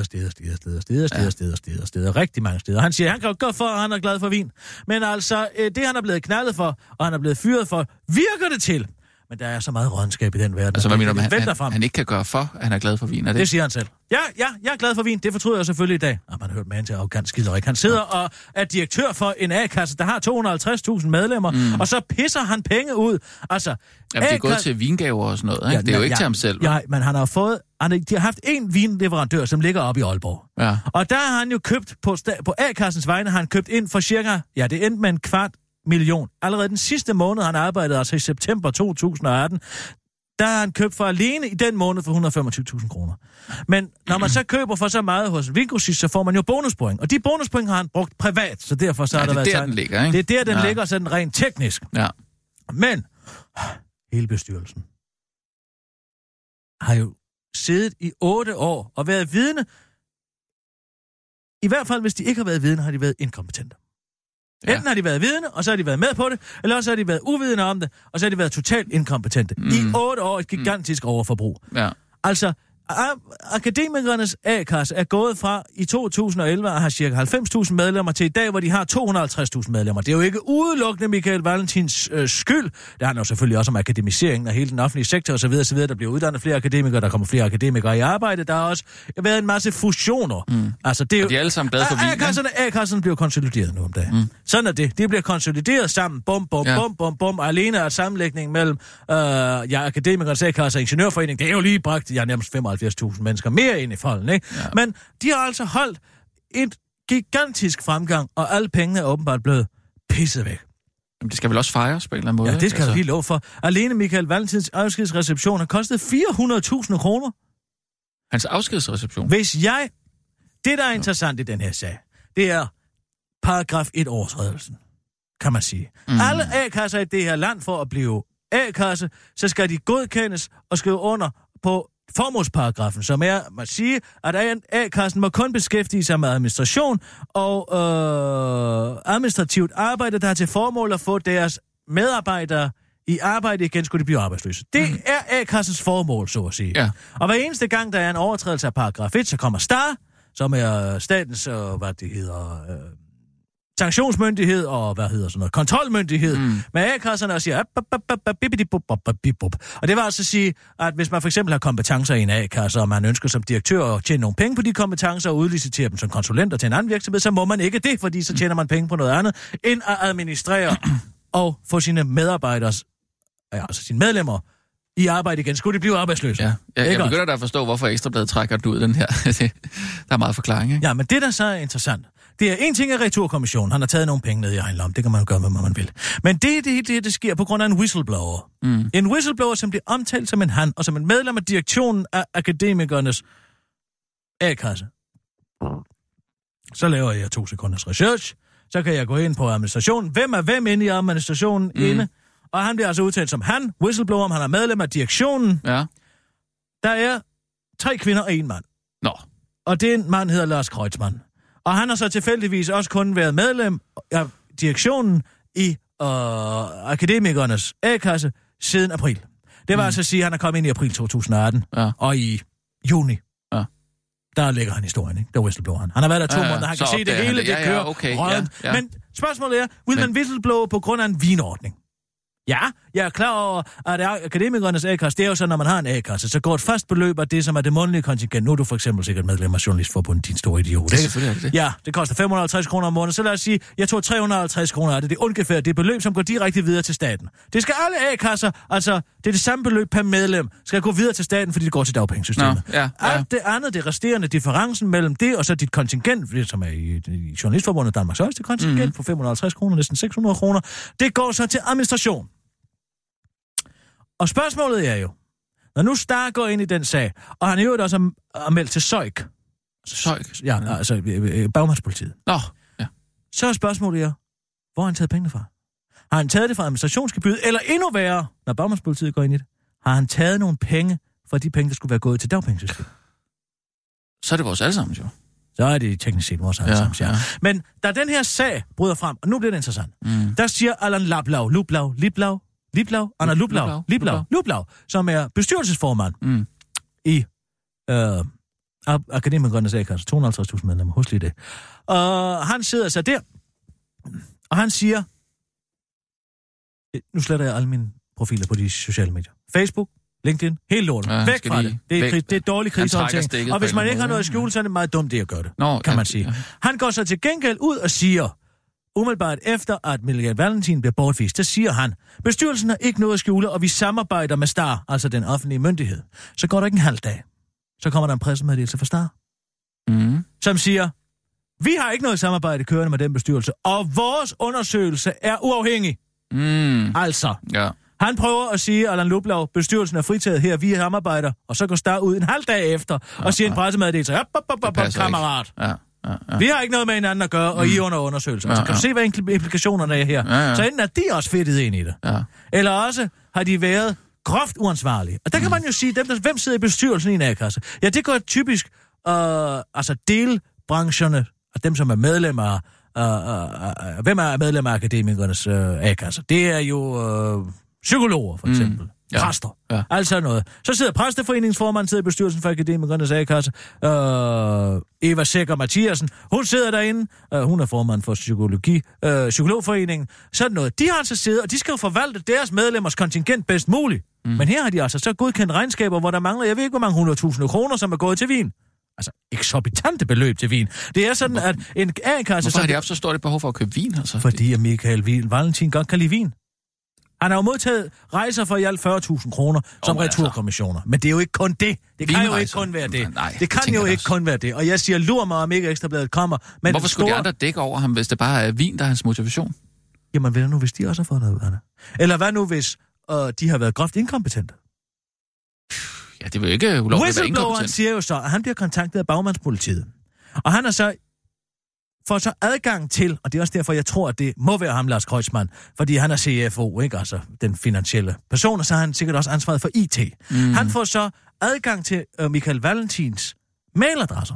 Rigtig mange steder. Han siger, han kan jo godt for, at han er glad for vin. Men altså, det han er blevet knaldet for, og han er blevet fyret for, virker det til, men der er så meget rådenskab i den verden. Altså, hvad mener du, han ikke kan gøre for, at han er glad for vin? Er det? Det siger han selv. Ja, jeg er glad for vin. Det fortryder jeg selvfølgelig i dag. Man har hørt mand til arrogant skiderik. Han sidder og er direktør for en A-kasse, der har 250.000 medlemmer, og så pisser han penge ud. Altså, jamen, det er gået til vingaver og sådan noget, ikke? Ja, det er jo ikke til ham selv. Ja, men han har fået... De har haft en vinleverandør, som ligger oppe i Aalborg. Ja. Og der har han jo købt, på A-kassens vegne, har han købt ind for cirka... Ja, det endte med 250.000. Allerede den sidste måned, han arbejdede, altså i september 2018, der har han købt for alene i den måned for 125.000 kroner. Men når man så køber for så meget hos Vingrossist, så får man jo bonuspoint. Og de bonuspoint har han brugt privat, så derfor så har der været... det er der, den ligger, ikke? Det er der, den ligger sådan rent teknisk. Ja. Men hele bestyrelsen har jo siddet i 8 år og været vidne. I hvert fald, hvis de ikke har været vidne, har de været inkompetente. Ja. Enten har de været vidne, og så har de været med på det, eller også har de været uvidende om det, og så har de været totalt inkompetente. I 8 år et gigantisk overforbrug. Ja. Altså, akademikernes A-kasse er gået fra i 2011 at have cirka 90.000 medlemmer til i dag, hvor de har 250.000 medlemmer. Det er jo ikke udelukkende Michael Valentins skyld. Det handler jo selvfølgelig også om akademiseringen af hele den offentlige sektor osv. Der bliver uddannet flere akademikere, der kommer flere akademikere i arbejde. Der har også været en masse fusioner. Altså, det er jo, og de er alle sammen glade for vin. A-kasserne bliver konsolideret nu om dagen. Sådan er det. De bliver konsolideret sammen. Bum. Og alene er sammenlægningen mellem akademikernes A-kasse og ingeniørforening. Det er jo lige bragt, nærmest 75.000 mennesker mere ind i folden, ikke? Ja. Men de har altså holdt et gigantisk fremgang, og alle pengene er åbenbart blevet pisset væk. Jamen, det skal vel også fejres på en eller anden måde? Ja, det skal jeg lige love for. Alene Michael Valentins afskedsreception har kostet 400.000 kroner. Hans afskedsreception? Det, der er interessant i den her sag, det er paragraf 1-overtrædelsen, kan man sige. Alle A-kasser i det her land, for at blive A-kasse, så skal de godkendes og skrive under på formålsparagrafen, som er, man siger, at A-kassen må kun beskæftige sig med administration og administrativt arbejde, der har til formål at få deres medarbejdere i arbejde igen, skulle de blive arbejdsløse. Det er A-kassens formål, så at sige. Ja. Og hver eneste gang, der er en overtrædelse af paragraf 1, så kommer STAR, som er statens, sanktionsmyndighed og, kontrolmyndighed med A-kasserne og siger, og det vil altså sige, at hvis man for eksempel har kompetencer i en A-kasse, og man ønsker som direktør at tjene nogle penge på de kompetencer og udlicitere dem som konsulenter til en anden virksomhed, så må man ikke det, fordi så tjener man penge på noget andet, end at administrere og få sine medarbejders, altså sine medlemmer, i arbejde igen. Skulle de blive arbejdsløse? Ja, jeg begynder da at forstå, hvorfor Ekstrabladet trækker du ud den her. Der er meget forklaring, ikke? Ja, men det, der så er interessant, det er en ting af Returkommissionen. Han har taget nogle penge ned i egen lomme. Det kan man gøre, hvad man vil. Men det sker på grund af en whistleblower. En whistleblower, som bliver omtalt som en han, og som en medlem af direktionen af akademikernes A-kasse. Så laver jeg 2 sekunders research. Så kan jeg gå ind på administrationen. Hvem er hvem inde i administrationen inde? Og han bliver altså udtalt som han, whistleblower, han er medlem af direktionen. Ja. Der er 3 kvinder og 1 mand. Nå. Og den mand hedder Lars Kreutzmann. Og han har så tilfældigvis også kun været medlem af direktionen i akademikernes A-kasse siden april. Det var altså at sige, at han er kommet ind i april 2018. Ja. Og i juni, der ligger han historien, ikke? Der whistleblower han. Han har været der 2 måneder, han kan se det hele, det kører rådent. Ja. Men spørgsmålet er, vil man whistleblower på grund af en vinordning? Ja, jeg er klar over, at akademikernes A-kasse, det er jo så, når man har en A-kasse, så går et fast beløb af det, som er det månedlige kontingent. Nu er du for eksempel sikkert medlem af Journalistforbundet, din store idiot, ikke? Selvfølgelig er det. Ja, det koster 550 kroner om måneden, så lad os sige, jeg tog 350 kroner af det. Det er ungefær det beløb, som går direkte videre til staten. Det skal alle A-kasser, altså det er det samme beløb per medlem, skal gå videre til staten, fordi det går til dagpengesystemet. Alt det andet, det resterende, differencen mellem det og så dit kontingent, som er i Journalistforbundet Danmarks højeste kontingent på 550 kroner, næsten 600 kroner, det går så til administration. Og spørgsmålet er jo, når nu Star går ind i den sag, og han i øvrigt også er meldt til SØIK. SØIK? Ja, altså Bagmandspolitiet. Nå, ja. Så er spørgsmålet jo, hvor har han taget pengene fra? Har han taget det fra administrationsgebyret, eller endnu værre, når Bagmandspolitiet går ind i det, har han taget nogle penge fra de penge, der skulle være gået til dagpengesystemet? Så er det vores allesammens jo. Så er det teknisk set vores allesammens, ja. Men da den her sag bryder frem, og nu bliver det interessant, der siger Allan Lublau, som er bestyrelsesformand i akademikernes A-kasse, 250.000 medlemmer, husk lige det. Og han sidder så der, og han siger, nu sletter jeg alle mine profiler på de sociale medier. Facebook, LinkedIn, helt lortet. Ja, væk fra det. Det er dårlig krisehåndtering. Og hvis man ikke har noget at skjule, så er det meget dumt det at gøre det, kan man sige. Ja. Han går så til gengæld ud og siger, umiddelbart efter, at Michael Valentin bliver bortvist, der siger han, bestyrelsen har ikke noget at skjule, og vi samarbejder med STAR, altså den offentlige myndighed. Så går der ikke en halv dag. Så kommer der en pressemeddelelse fra STAR, som siger, vi har ikke noget samarbejde kørende med den bestyrelse, og vores undersøgelse er uafhængig. Altså, han prøver at sige, at Allan Lublau, bestyrelsen er fritaget her, vi samarbejder, og så går STAR ud en halv dag efter, og siger en pressemeddelelse, kammerat. Vi har ikke noget med hinanden at gøre, og I under undersøgelser. Altså, kan du se, hvad implikationerne er her? Så enten er de også fedtet ind i det, eller også har de været groft uansvarlige. Og der kan man jo sige, hvem sidder i bestyrelsen i en A-kasse? Ja, det går typisk, delbrancherne, og dem, som er medlemmer hvem er medlemmer af akademikernes A-kasse? Det er jo psykologer, for eksempel. Præster. Altså noget. Så sidder præsteforeningsformanden sidder i bestyrelsen for akademikernes A-kasse. Eva Sækker Mathiasen, hun sidder derinde. Hun er formand for psykologforeningen. Sådan noget. De har altså siddet, og de skal jo forvalte deres medlemmers kontingent bedst muligt. Men her har de altså så godkendt regnskaber, hvor der mangler, jeg ved ikke, hvor mange 100.000 kroner, som er gået til vin. Altså, eksorbitante beløb til vin. Det er sådan, at en A-kasse... Hvorfor har de haft så stort et behov for at købe vin? Altså? Fordi Michael Valentin godt kan lide vin. Han har jo modtaget rejser for i alt 40.000 kroner som returkommissioner. Men det er jo ikke kun det. Det kan jo ikke kun være det. Nej, det kan jo ikke kun være det. Og jeg siger, lur mig, om ikke Ekstrabladet kommer. Men hvorfor skulle de andre dække over ham, hvis det bare er vin, der er hans motivation? Jamen, hvad nu, hvis de også har fået noget af det? Eller hvad nu, hvis de har været groft inkompetente? Ja, det vil ikke ulovligt være inkompetent. Whistlebloweren siger jo så, at han bliver kontaktet af bagmandspolitiet. Og han er så får så adgang til, og det er også derfor, jeg tror, at det må være ham, Lars Kreutzmann, fordi han er CFO, ikke? Altså den finansielle person, og så har han sikkert også ansvaret for IT. Han får så adgang til Michael Valentins mailadresser.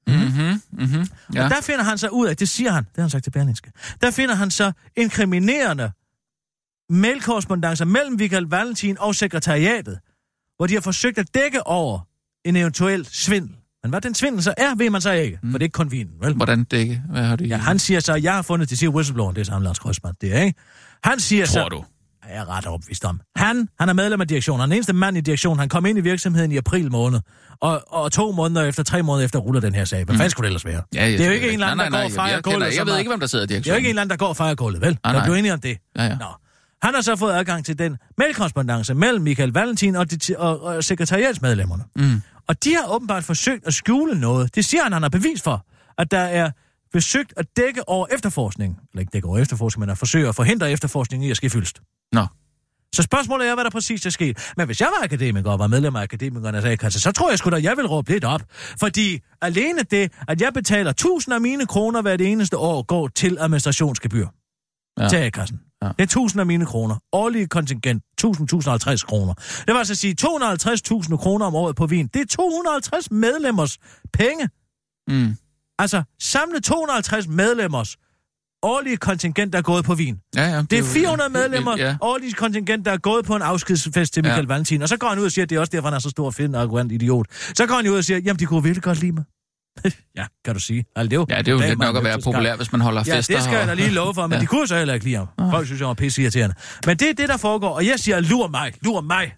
Ja. Og der finder han så ud af, det siger han, det har han sagt til Berlingske, der finder han så inkriminerende mailkorrespondancer mellem Michael Valentin og sekretariatet, hvor de har forsøgt at dække over en eventuel svindel. Men hvad den svindel så er, ved man så ikke, for det er ikke kun vinen, vel? Hvordan dække? Hvad har det? Ja, han siger så, jeg har fundet, det siger whistlebloweren, det er samme Lars Kreutzmann, det er, ikke? Han siger tror du? Jeg er ret overbevist om. Han er medlem af direktionen, han er den eneste mand i direktionen, han kom ind i virksomheden i april måned, og 2 måneder efter, 3 måneder efter, ruller den her sag. Hvad fanden skulle det ellers være? Ja, det er jo ikke en eller anden, der går og fejrer gulvet. Jeg ved ikke, hvem der sidder i direktionen. Det er jo ikke en eller anden, der går og fejrer gulvet, vel? Der bliver enige om det. Ja. Nå. Han har så fået adgang til den mailkorrespondance mellem Michael Valentin og sekretariatsmedlemmerne. Og de har åbenbart forsøgt at skjule noget. Det siger han har bevis for, at der er forsøgt at dække over efterforskning. Eller ikke dække over efterforskning, men at forsøge at forhindre efterforskningen i at ske fyldst. Nå. Så spørgsmålet er, hvad der præcis er sket. Men hvis jeg var akademiker og var medlem af akademikernes A-kasse, så tror jeg sgu da, jeg vil råbe lidt op. Fordi alene det, at jeg betaler 1.000 af mine kroner hvert eneste år, går til administrationsgebyr. Ja. Til A-kassen. Ja. Det er 1.000 af mine kroner. Årlige kontingent, 1.050 kroner. Det vil altså sige 250.000 kroner om året på vin. Det er 250 medlemmers penge. Altså, samlet 250 medlemmers årlige kontingent, der er gået på vin. Ja, det er 400 medlemmer årlige kontingent, der er gået på en afskedsfest til Michael Valentin. Og så går han ud og siger, at det er også derfor, han er så stor, fedt, arrogant idiot. Så går han ud og siger, jamen, de kunne virkelig godt lide mig. Ja, kan du sige. Altså, det er jo lidt nok at være populær, hvis man holder fester. Ja, det skal jeg da lige love for, men de kunne så heller ikke lide ham. Folk synes, jeg var pisseirriterende. Men det er det, der foregår, og jeg siger, lur mig.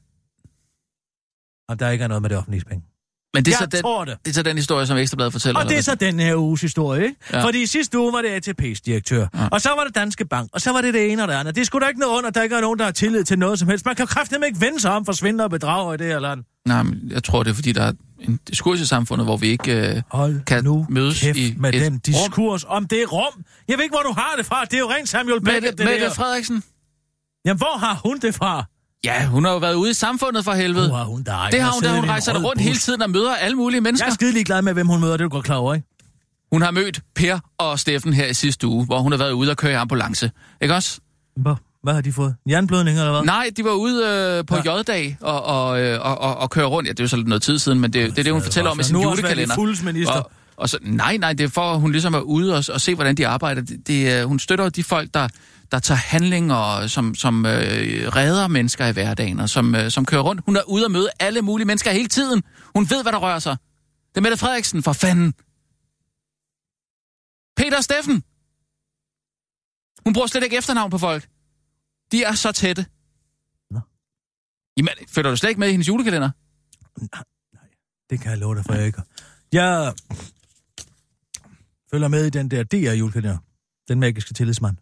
Og der ikke er noget med det offentlige penge. Men det er så den historie, som Ekstrabladet fortæller. Og det er så den her uges historie, ikke? Ja. Fordi i sidste uge var det ATP's direktør, og så var det Danske Bank, og så var det ene og det andet. Det er sgu da ikke noget under, at der ikke er nogen, der har tillid til noget som helst. Man kan jo kraftedeme ikke vende sig om for svindler og bedrager i det her land. Nej, men jeg tror, det er fordi, der er en diskurs i samfundet, hvor vi ikke kan mødes i med den diskurs om det rum. Jeg ved ikke, hvor du har det fra. Det er jo rent Samuel Beckett, det Mette Frederiksen. Jamen, hvor har hun det fra? Ja, hun har jo været ude i samfundet for helvede. Hvor har hun der? Det har hun, da hun rejser rundt hele tiden og møder alle mulige mennesker. Jeg er skide ligeglad med, hvem hun møder, det er du godt klar over, ikke? Hun har mødt Per og Steffen her i sidste uge, hvor hun har været ude og køre i ambulance. Ikke også? Hvad har de fået? Jernblødning eller hvad? Nej, de var ude på J-dag og køre rundt. Ja, det er jo så lidt noget tid siden, men det er det, hun fortæller om i sin julekalender. Og så, nej, det er for, hun ligesom er ude og se, hvordan de arbejder. Hun støtter de folk, der tager handlinger, som redder mennesker i hverdagen, og som kører rundt. Hun er ude og møde alle mulige mennesker hele tiden. Hun ved, hvad der rører sig. Det er Mette Frederiksen, for fanden. Peter og Steffen. Hun bruger slet ikke efternavn på folk. De er så tætte. Jamen, følger du slet ikke med i hendes julekalender? Nej, det kan jeg love dig for, jeg ikke. Jeg følger med i den der DR-julekalender. Den magiske tillidsmand.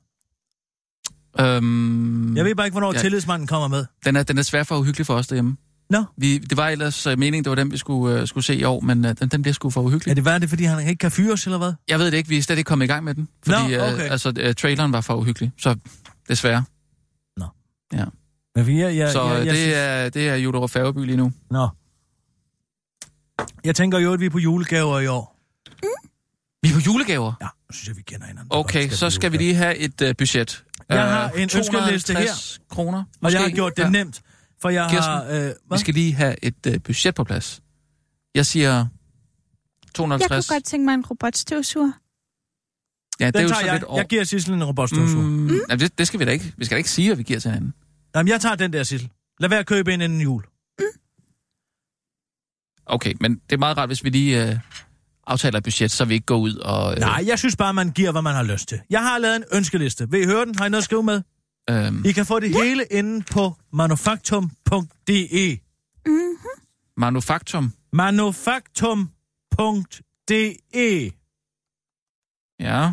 Jeg ved bare ikke, hvornår tillidsmanden kommer med. Den er svær for uhyggelig for os derhjemme. Nå. Det var ellers meningen, det var den, vi skulle se i år, men den bliver sgu for uhyggelig. Er det fordi han ikke kan fyres, eller hvad? Jeg ved det ikke, vi er slet ikke kommet i gang med den. Fordi okay. Traileren var for uhyggelig, så desværre. Nå. Ja. Men det er Julerup Færgeby lige nu. Nå. Jeg tænker jo, at vi er på julegaver i år. Vi er på julegaver? Ja, synes jeg, vi kender hinanden. Okay, så skal vi lige have et budget. Jeg har en ønskeliste her. Kroner. Og jeg har gjort det nemt, for jeg Kirsten, vi skal lige have et budget på plads. Jeg siger 250. Jeg kunne godt tænke mig en robotstøvsuger. Ja, det er jo så lidt jeg giver Sissel en robotstøvsuger. Jamen, det skal vi da ikke. Vi skal da ikke sige, at vi giver til hinanden. Jamen, jeg tager den der, Sissel. Lad være at købe ind inden jul. Okay, men det er meget rart, hvis vi lige aftaler et budget, så vi ikke går ud og... Nej, jeg synes bare, man giver, hvad man har lyst til. Jeg har lavet en ønskeliste. Vil I høre den? Har I noget at skrive med? I kan få det hele inde på manufaktum.de. Manufaktum? Manufaktum.de. Ja.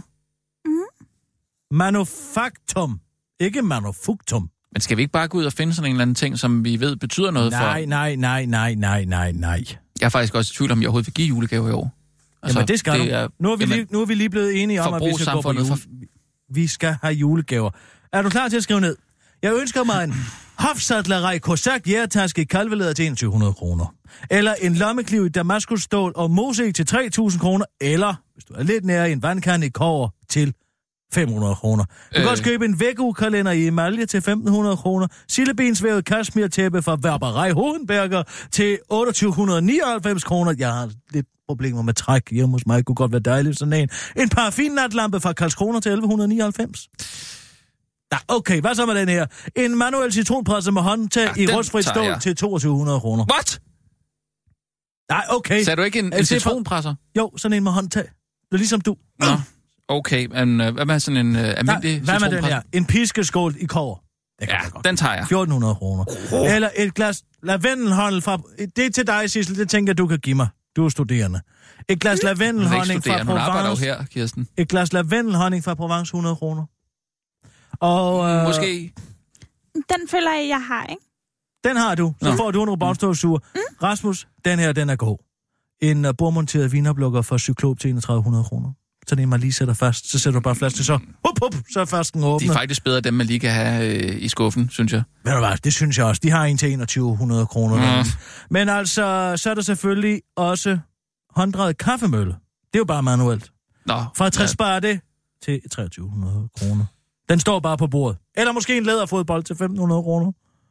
Manufaktum. Ikke manufaktum. Men skal vi ikke bare gå ud og finde sådan en eller anden ting, som vi ved betyder noget for... Nej. Jeg er faktisk også i tvivl om, jeg overhovedet vil give julegave i år. Altså, jamen, det skal du. Nu er vi lige blevet enige om, at vi skal gå på Vi skal have julegaver. Er du klar til at skrive ned? Jeg ønsker mig en hofsattlerej kosak jærtaske i kalvelæder til 2100 kroner. Eller en lommekniv i damaskusstål og mosek til 3000 kroner. Eller, hvis du er lidt nær, en vandkande i kobber til 500 kroner. Du kan også købe en væggekalender i emalje til 1500 kroner. Sillebensvævet kashmir-tæppe fra Werberei Hohenberger til 2899 kroner. Jeg har lidt problemer med træk hjemme hos mig. Det kunne godt være dejligt sådan en. En paraffin-natlampe fra Karlskrona til 1199. Ja, okay, hvad så med den her? En manuel citronpresser med håndtag i rustfrit stål til 2200 kroner. What? Nej, okay. Sagde du ikke en citronpresser? Jo, sådan en med håndtag. Det er ligesom du. Nå. Okay, men hvad med sådan en almindelig hvad med den her? En piskeskål i kobber. Ja, den tager jeg. 1400 kroner. Eller et glas lavendelhåndel fra... Det er til dig, Sissel. Det tænker jeg, du kan give mig. Du er studerende. Et glas lavendelhonning fra Provence. Hun arbejder jo her, Kirsten. Et glas lavendelhonning fra Provence, 100 kroner. Og... Måske... Den føler jeg har, ikke? Den har du. Så får du en robotstøvsuger. Rasmus, den her, den er god. En bordmonteret vinerblukker fra Cyklop til 3100 kroner. Så det man lige sætter fast, så sætter du bare flasken, så så er flasken åbnet. De er faktisk bedre, dem man lige kan have i skuffen, synes jeg. Ved du hvad, det synes jeg også. De har en til 2100 kroner. Men altså, så er der selvfølgelig også hånddrejet kaffemølle. Det er jo bare manuelt. Fra 60 bare det til 2300 kroner. Den står bare på bordet. Eller måske en læderfodbold til 1500 kroner.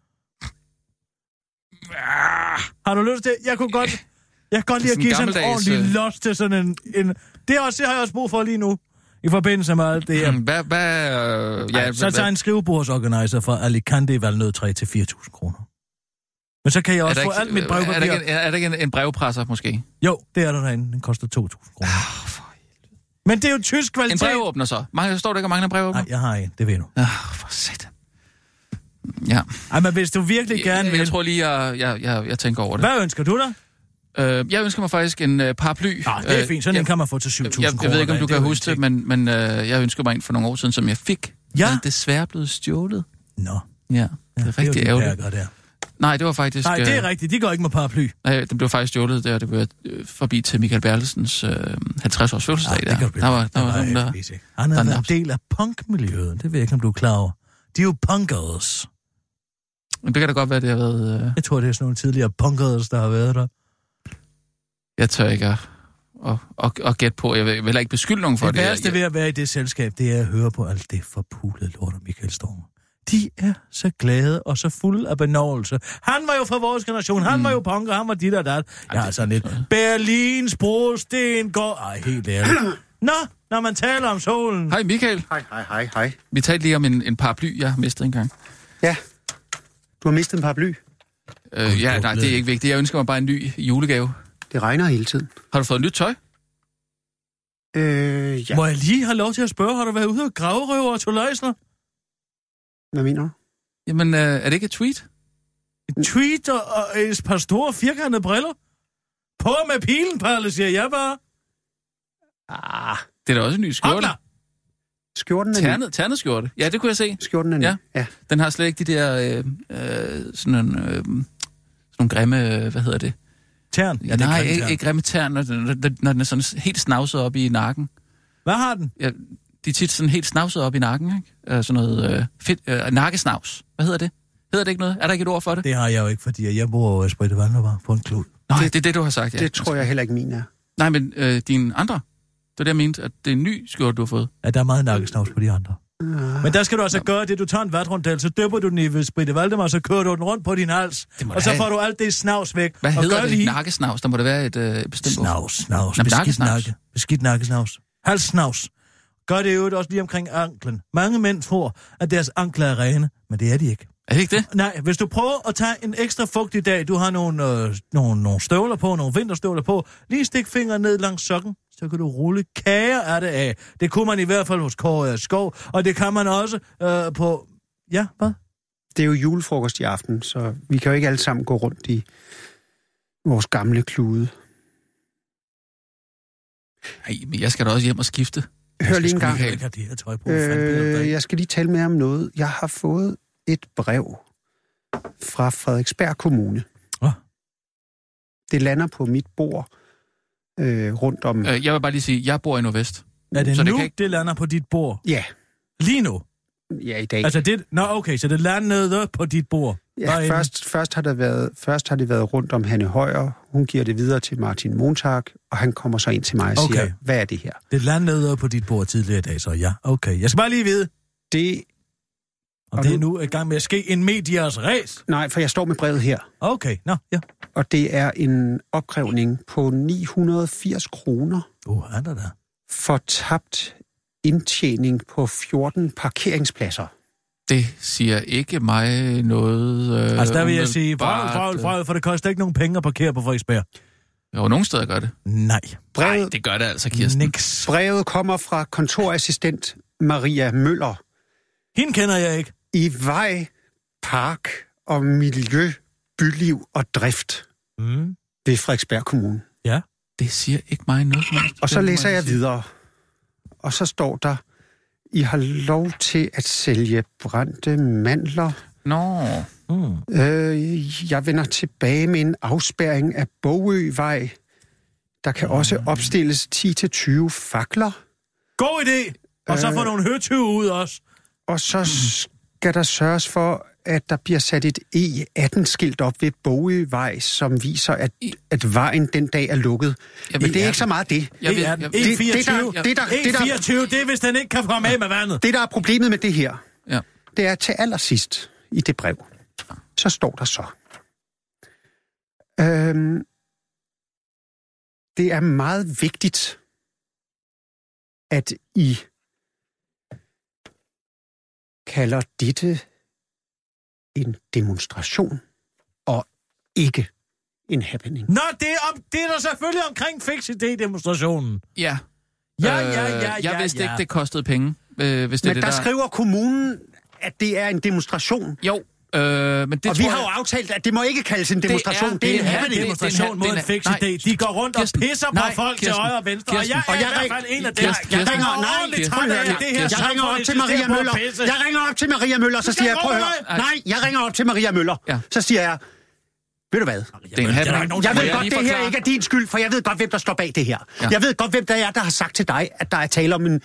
Har du lyst til? Jeg kan godt lide at give sådan en ordentlig los til sådan en... Det har jeg også brug for lige nu, i forbindelse med alt det her. Så tager en skrivebordsorganizer fra Alicante i Valnød 3 til 4.000 kroner. Men så kan jeg også få alt mit brevpapir. Er der ikke en brevpresser, måske? Jo, det er der derinde. Den koster 2.000 kroner. Men det er jo tysk kvalitet. En brevåbner så? Står der ikke, at mangler brevåbner? Nej, jeg har en. Det ved du. For satan. Ja. Ej, men hvis du virkelig gerne vil... Jeg tror lige, jeg tænker over det. Hvad ønsker du dig? Jeg ønsker mig faktisk en paraply. Det er fint. Sådan en kan man få til 7.000 kroner. Jeg ved ikke, om du kan huske det, men jeg ønsker mig en for nogle år siden, som jeg fik. Ja. Den er desværre blevet stjålet. Nå. Ja, det er rigtig ærgerligt. Nej, det var faktisk... Nej, det er rigtigt. De går ikke med paraply. Nej, den blev faktisk stjålet der. Det blev forbi til Michael Bertelsens 50-års fødselsdag der. Han er en del af punkmiljøet. Det ved jeg ikke, om du er klar over. De er jo punkers. Men det kan da godt være, det har været... Jeg tror, det er sådan nogle tidligere punkers, der har været der. Jeg tør ikke at gætte på. Jeg vil heller ikke beskylde nogen for det. Det værste ved at være i det selskab, det er at høre på alt det forpulede lort om Michael Storm. De er så glade og så fulde af benådelse. Han var jo fra vores generation. Han var jo punker. Han var dit og dat. Jeg har sådan lidt Berlins brosten går... Ej, helt ærligt. Nå, når man taler om solen. Hej Michael. Hej. Vi talte lige om en paraply, jeg har mistet engang. Ja, du har mistet en paraply. Nej, det er ikke vigtigt. Jeg ønsker mig bare en ny julegave. Det regner hele tiden. Har du fået nyt tøj? Ja. Må jeg lige have lov til at spørge, har du været ude og gravrøver og toløjsner? Hvad mener du? Jamen, er det ikke et tweet? Et tweet og et par store firkantede briller? På med pilen, Palle, siger jeg bare. Det er da også en ny skjorte. Hopla! Skjorten er Ternet skjorte. Ja, det kunne jeg se. Skjorten er ja. Den har slet ikke de der sådan nogle grimme, hvad hedder det? Tern? Ja, nej, ikke grimme tern, når den er sådan helt snavset op i nakken. Hvad har den? Ja, de er tit sådan helt snavset op i nakken, ikke? Sådan noget nakkesnavs. Hvad hedder det? Hedder det ikke noget? Er der ikke et ord for det? Det har jeg jo ikke, fordi jeg bor over i Spritte Vandrebar på en klud. Nej, det er det, du har sagt, ja. Det tror jeg heller ikke min er. Nej, men dine andre... Det var det, jeg mente, at det er en ny skjorte, du har fået. Ja, der er meget nakkesnavs på de andre. Men der skal du altså gøre det, du tager en vatrunddel, så døber du den i Spritte Valdemar, så kører du den rundt på din hals, og så får du alt det snavs væk. Hvad hedder det? Nakkesnavs? Der må det være et bestemt ord. Snavs. Beskidt nakkesnavs. Halssnavs. Gør det jo også lige omkring anklen. Mange mænd tror, at deres ankler er rene, men det er de ikke. Er det ikke det? Nej, hvis du prøver at tage en ekstra fugtig dag, du har nogle støvler på, nogle vinterstøvler på, lige stik fingeren ned langs sokken, så kan du rulle kager af det af. Det kunne man i hvert fald hos Kåre Skov, og det kan man også på... Ja, hvad? Det er jo julefrokost i aften, så vi kan jo ikke alle sammen gå rundt i vores gamle klude. Nej, men jeg skal da også hjem og skifte. Hør lige en gang. Jeg skal lige tale med om noget. Jeg har fået et brev fra Frederiksberg Kommune. Det lander på mit bord rundt om... Jeg vil bare lige sige, jeg bor i Nordvest. Er det så nu, det lander på dit bord? Ja. Lige nu? Ja, i dag. Altså det... Nå, okay, så det lander på dit bord? Ja, først har det været rundt om Hanne Højer. Hun giver det videre til Martin Montag, og han kommer så ind til mig og siger, hvad er det her? Det landede på dit bord tidligere i dag, så ja. Okay, jeg skal bare lige vide. Det... Og det er nu i gang med at ske en medias ræs? Nej, for jeg står med brevet her. Okay, ja. Og det er en opkrævning på 980 kroner. Er der? For tabt indtjening på 14 parkeringspladser. Det siger ikke mig noget... Altså der vil jeg sige, for det koster ikke nogen penge at parkere på Frederiksberg. Jo, nogle steder gør det. Nej. Nej, det gør det altså, Kirsten. Niks. Brevet kommer fra kontorassistent Maria Møller. Hende kender jeg ikke. I Vej, Park og Miljø, Byliv og Drift ved Frederiksberg Kommune. Ja. Det siger ikke mig noget. Og så læser jeg videre. Og så står der, I har lov til at sælge brændte mandler. Jeg vender tilbage med en afspærring af Bogøvej. Der kan også opstilles 10-20 fakler. God idé! Og så få nogle høtyve ud også. Og så skal der sørges for, at der bliver sat et E18-skilt op ved Bogøvej, som viser, at vejen den dag er lukket. Men det er ikke så meget det. E24, det er, hvis den ikke kan komme af med vandet. Det, der er problemet med det her, det er til allersidst i det brev. Så står der så. Det er meget vigtigt, at I kalder dette en demonstration og ikke en happening. Nå, det er der selvfølgelig omkring Fix-ID-demonstrationen. Ja. Jeg vidste ikke, det kostede penge. Hvis det men der skriver kommunen, at det er en demonstration. Jo. Men det og vi har jo aftalt, at det må ikke kaldes en demonstration. Det er en happening. Demonstration mod en Fix-ID. De går rundt og pisser på folk til højre og venstre. Og jeg er i hvert fald en af dem. Jeg ringer op til Maria Møller. Jeg ringer op til Maria Møller, så siger jeg, prøv at høre. Nej, jeg ringer op til Maria Møller. Så siger jeg, ved du hvad? Det er en happening. Jeg ved godt, det her ikke er din skyld, for jeg ved godt, hvem der står bag det her. Jeg ved godt, hvem der er, der har sagt til dig, at der er tale om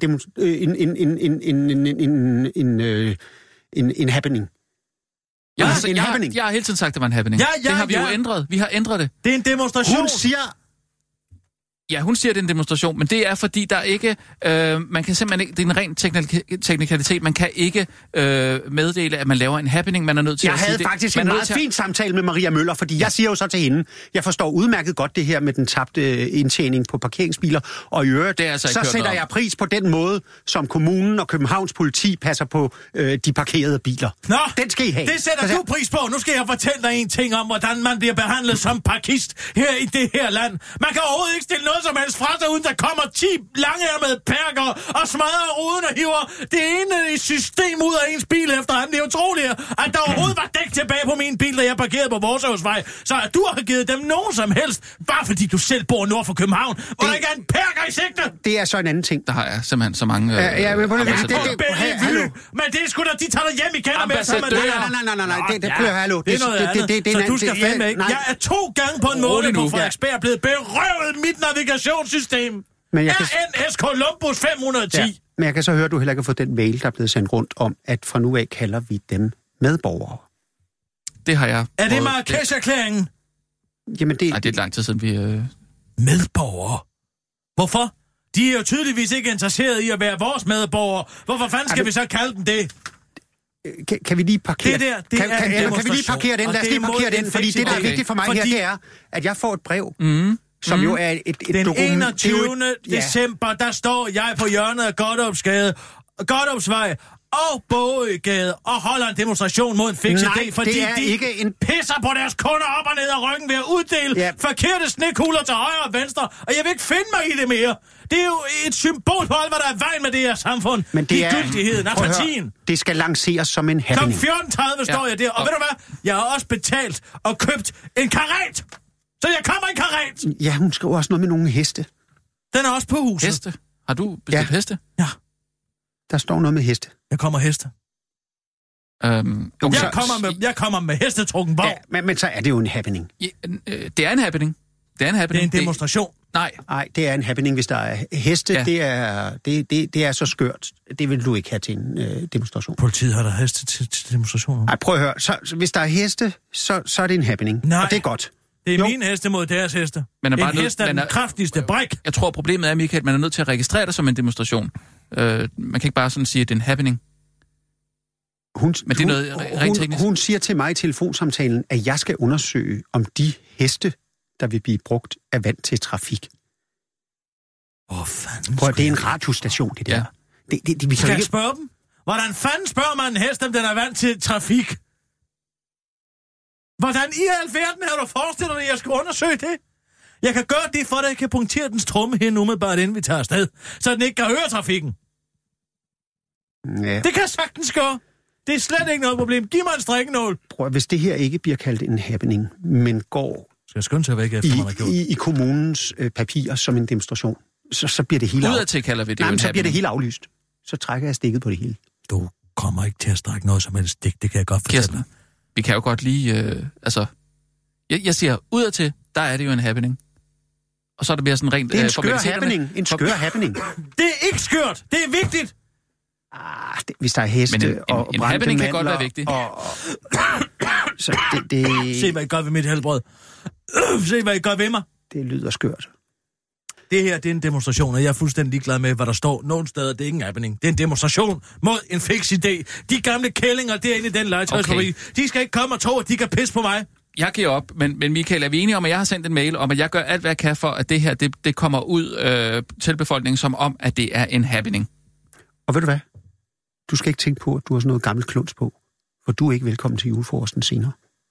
en happening. Jeg har hele tiden sagt, at det var en happening. Det har vi jo ændret. Vi har ændret det. Det er en demonstration. Hun siger... Ja, hun siger, det er en demonstration, men det er, fordi der ikke... man kan simpelthen ikke... Det er en ren teknikalitet. Man kan ikke meddele, at man laver en happening. Man er nødt til at sige det. Jeg havde faktisk en meget fin samtale med Maria Møller, fordi jeg siger jo så til hende, jeg forstår udmærket godt det her med den tabte indtjening på parkeringsbiler, og i øvrigt, altså så sætter jeg pris på den måde, som kommunen og Københavns politi passer på de parkerede biler. Nå, den skal I have. Det sætter du pris på. Nu skal jeg fortælle dig en ting om, hvordan man bliver behandlet som parkist her i det her land. Man kan overhovedet ikke stille noget noget som helst fra sig, uden der kommer 10 langærmede perker og smadrer ruden og hiver det ene system ud af ens bil efter anden. Det er utroligt, at der overhovedet var dæk tilbage på min bil, da jeg parkerede på Vorsøvsvej. Så at du har givet dem nogen som helst, bare fordi du selv bor nord for København, hvor der ikke er en perker i sigte. Det er så en anden ting. Der har jeg simpelthen så mange... Men det er sgu da, de tager dig hjem igen med sammen med det. Nej, det prøver hallo. Det er noget andet, så du skal fandme ikke. Jeg er 2 gange på en måned på Frederiksberg blevet berøvet mit navigationssystem. RNS Columbus 510. Ja, men jeg kan så høre, at du heller ikke har fået den mail, der er blevet sendt rundt om, at fra nu af kalder vi dem medborgere. Det har jeg. Er det Marrakesh-erklæringen? Jamen det... Nej, det er lang tid siden, vi... Medborgere? Hvorfor? De er jo tydeligvis ikke interesseret i at være vores medborgere. Hvorfor fanden skal vi så kalde dem det? Kan vi lige parkere det? Kan vi lige parkere den? Lad os lige parkere den, fordi det, der er vigtigt for mig her, det er, at jeg får et brev, som jo er et den 21. december, der står jeg på hjørnet af Godthåbsvej og Bågegade og holder en demonstration mod en fix idé, fordi de pisser på deres kunder op og ned ad ryggen ved at uddele forkerte snekugler til højre og venstre, og jeg vil ikke finde mig i det mere. Det er jo et symbol på alt, hvad der er vejen med det her samfund. Men det er gyldigheden, apatien. Det skal lanceres som en happening. Kl. 14.30 står jeg der, og ved du hvad? Jeg har også betalt og købt en karet. Så jeg kommer i karet. Ja, hun skriver også noget med nogle heste. Den er også på huset. Heste? Har du bestilt heste? Ja. Der står noget med heste. Jeg kommer heste. Jeg kommer med hestetrukken vogn. Ja, men så er det jo en happening. Ja, det er en happening. Det er en demonstration. Nej, det er en happening, hvis der er heste. Ja. Det er så skørt. Det vil du ikke have til en demonstration. Politiet har der heste til demonstrationer. Nej, prøv at høre. Så hvis der er heste, så er det en happening. Nej. Og det er godt. Det er min heste mod deres heste. En hest er den kraftigste brik. Jeg tror, problemet er, Michael, at man er nødt til at registrere det som en demonstration. Man kan ikke bare sådan sige, at det er en happening. Men det er noget rent teknisk. Hun siger til mig i telefonsamtalen, at jeg skal undersøge, om de heste, der vil blive brugt, er vant til trafik. Hvor fanden? Prøv, det er en radiostation, det der. Ja. Vi skal ikke spørge dem. Hvordan fanden spørger man en hest, om den er vant til trafik? Hvordan i alverden har du forestillet dig, at jeg skal undersøge det? Jeg kan gøre det, for at jeg kan punktere dens tromme hen umiddelbart, inden vi tager afsted, så den ikke kan høre trafikken. Ja. Det kan jeg sagtens gøre. Det er slet ikke noget problem. Giv mig en strikkenål. Prøv, hvis det her ikke bliver kaldt en happening, men går skal jeg skynde sig væk efter, man har gjort. I kommunens papirer som en demonstration, så bliver det hele udadtil kalder vi det. Nej, så bliver det hele aflyst. Så trækker jeg stikket på det hele. Du kommer ikke til at strække noget som helst stik, det kan jeg godt fortælle. Vi kan jo godt lige, jeg siger, udadtil, der er det jo en happening. Og så er det mere sådan rent... Det er en skør happening. En skør happening. Det er ikke skørt. Det er vigtigt. Hvis der er heste og en happening kan godt være vigtig. Så det... Se, hvad I gør ved mit helbred. Se, hvad I gør ved mig. Det lyder skørt. Det her, det er en demonstration, og jeg er fuldstændig ligeglad med, hvad der står. Nogle steder, det er ikke en happening. Det er en demonstration mod en fix idé. De gamle kællinger derinde i den legetøjsfabrik, de skal ikke komme og tro, at de kan pisse på mig. Jeg giver op, men Michael, er vi enige om, at jeg har sendt en mail om, at jeg gør alt, hvad jeg kan for, at det her, det kommer ud til befolkningen som om, at det er en happening. Og ved du hvad? Du skal ikke tænke på, at du har sådan noget gammelt kluns på, for du er ikke velkommen til julefrokosten senere.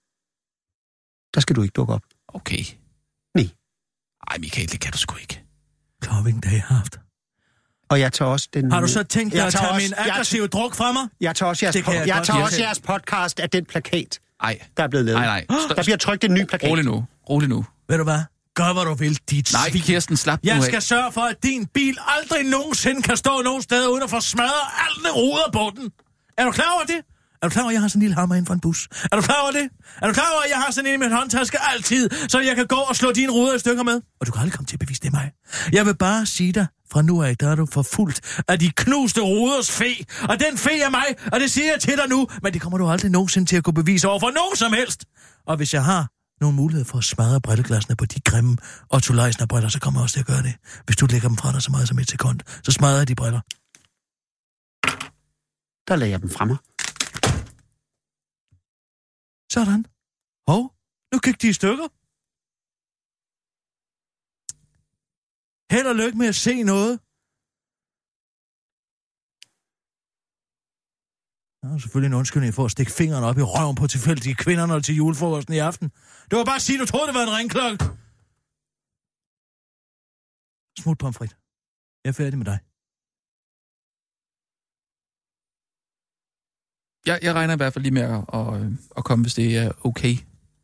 Der skal du ikke dukke op. Okay. Nej. Ej, Michael, det kan du sgu ikke. Klar, hvilken dag jeg har haft. Og jeg tager også den... Har du så tænkt dig at tage min aggressive druk fra mig? Jeg tager også jeres podcast af den plakat, der er blevet lavet. Nej. Der bliver trykt en ny plakat. Rolig nu. Ved du hvad? Gør, hvad du vil, dit svin. Nej, Kirsten, slap nu af. Jeg skal sørge for, at din bil aldrig nogensinde kan stå nogen steder, uden at få smadret alle ruder på den. Er du klar over det? Er du klar over, at jeg har sådan en lille hammer inden for en bus? Er du klar over det? Er du klar over, at jeg har sådan en i min håndtaske altid, så jeg kan gå og slå dine ruder i stykker med? Og du kan aldrig komme til at bevise det mig. Jeg vil bare sige dig, fra nu af, der er du forfulgt af de knuste ruders fe. Og den fe er mig, og det siger jeg til dig nu. Men det kommer du aldrig nogensinde til at kunne bevise over for nogen som helst. Og hvis jeg har nogen mulighed for at smadre brilleglasene på de grimme Otto Leisner-briller, så kommer jeg også til at gøre det. Hvis du lægger dem fra dig så meget som et sekund, så smadrer jeg de briller. Der lagde jeg dem fra mig. Sådan. Nu gik de i stykker. Held og lykke med at se noget. Der er selvfølgelig en undskyldning for at stikke fingeren op i røven på tilfældige kvinder, når til julefrokosten i aften. Det var bare at sige, du troede, det var en ringklokke. Smut pomfrit. Jeg er færdig med dig. Jeg regner i hvert fald lige med at komme, hvis det er okay.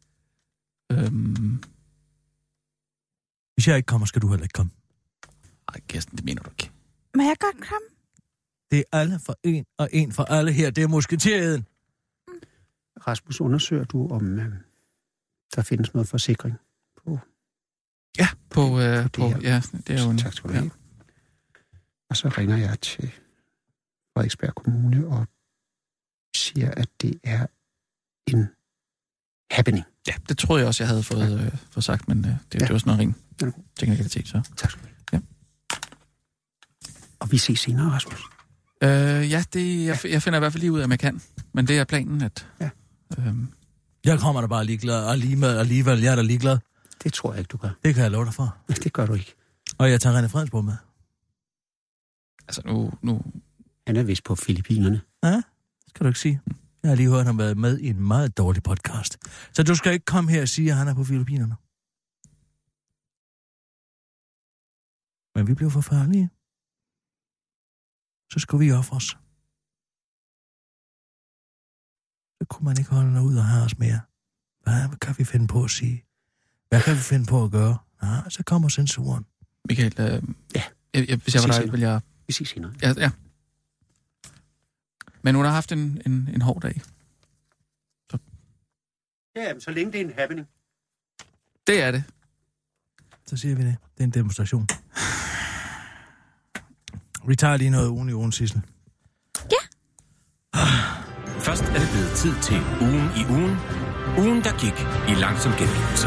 Hvis jeg ikke kommer, skal du heller ikke komme. Nej, Kirsten, det mener du ikke. Må jeg godt komme? Det er alle for en, og en for alle her. Det er musketereden. Rasmus, undersøger du, om der findes noget forsikring på? Ja, ja, det er jo en... Tak skal du have. Ja. Og så ringer jeg til Frederiksberg Kommune og siger, at det er en happening. Ja, det tror jeg også, jeg havde fået sagt, men det var sådan noget ring. Ja. Teknikalitet, så. Tak skal du have. Ja. Og vi ses senere, Rasmus. Jeg finder i hvert fald lige ud af, om jeg kan. Men det er planen, at... Ja. Jeg kommer da bare ligeglad, og alligevel, jeg er da ligeglad. Det tror jeg ikke, du gør. Det kan jeg love dig for. Det gør du ikke. Og jeg tager René Fredensborg med. Altså nu... Han er vist på Filippinerne. Ja, skal du ikke sige. Jeg har lige hørt ham været med i en meget dårlig podcast. Så du skal ikke komme her og sige, at han er på Filippinerne. Men vi blev for farlige. Så skulle vi ofre os. Så kunne man ikke holde ud og have os mere. Hvad kan vi finde på at sige? Hvad kan vi finde på at gøre? Ja, så kommer censuren. Michael, ja. Hvis jeg var dig, vil jeg... Vi ses senere. Ja. Men hun har haft en hård dag. Så. Ja, så længe det er en happening. Det er det. Så siger vi det. Det er en demonstration. Vi tager lige noget ugen i ugen, Sissel. Ja. Først er det blevet tid til ugen i ugen. Ugen, der gik i langsom gengivelse.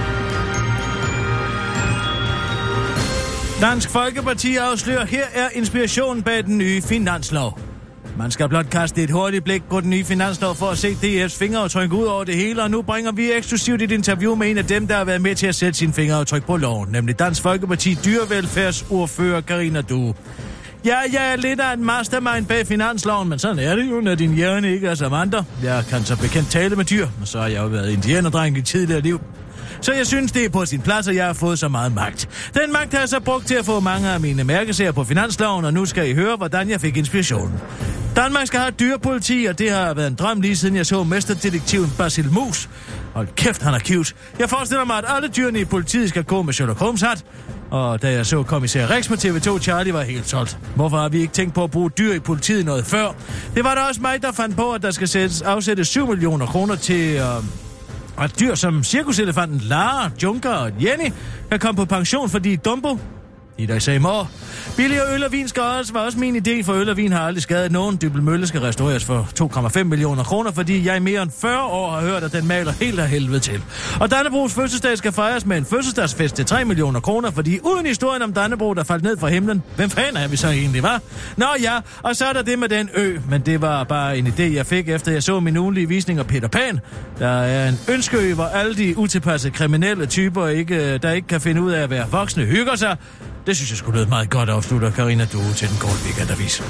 Dansk Folkeparti afslører, her er inspirationen bag den nye finanslov. Man skal blot kaste et hurtigt blik på den nye finanslov for at se DF's fingeraftryk ud over det hele, og nu bringer vi eksklusivt et interview med en af dem, der har været med til at sætte sin fingeraftryk på loven, nemlig Dansk Folkeparti dyrevelfærdsordfører Karina Due. Ja, jeg er lidt af en mastermind bag finansloven, men sådan er det jo, når din hjerne ikke er som andre. Jeg kan så bekendt tale med dyr, og så har jeg jo været indianerdreng i tidligere liv. Så jeg synes, det er på sin plads, at jeg har fået så meget magt. Den magt har jeg så brugt til at få mange af mine mærkesager på finansloven, og nu skal I høre, hvordan jeg fik inspirationen. Danmark skal have et dyrepoliti, og det har været en drøm lige siden jeg så mesterdetektiven Basil Mus. Hold kæft, han er cute. Jeg forestiller mig, at alle dyrene i politiet skal gå med Sherlock Holmes hat. Og da jeg så kommissær Rex med TV2, Charlie var helt solgt. Hvorfor har vi ikke tænkt på at bruge dyr i politiet noget før? Det var da også mig, der fandt på, at der skal afsættes 7 millioner kroner til... at dyr som cirkuselefanten Lara, Junker og Jenny kan komme på pension, fordi Dumbo, i dag sagde mor. Billigere øl og vin skal også, var også min idé, for øl og vin har aldrig skadet nogen. Dybbel Mølle skal restaureres for 2,5 millioner kroner, fordi jeg i mere end 40 år har hørt, at den maler helt af helvede til. Og Dannebrogs fødselsdag skal fejres med en fødselsdagsfest til 3 millioner kroner, fordi uden historien om Dannebro, der faldt ned fra himlen, hvem fanden er vi så egentlig, hva'? Nå ja, og så er der det med den ø, men det var bare en idé, jeg fik, efter jeg så min ugenlige visning af Peter Pan. Der er en ønskeø, hvor alle de utilpassede kriminelle typer, der ikke kan finde ud af at være voksne, hygger sig. Det synes jeg skulle lyde meget godt, afslutter Karina Due til den korte weekendavis.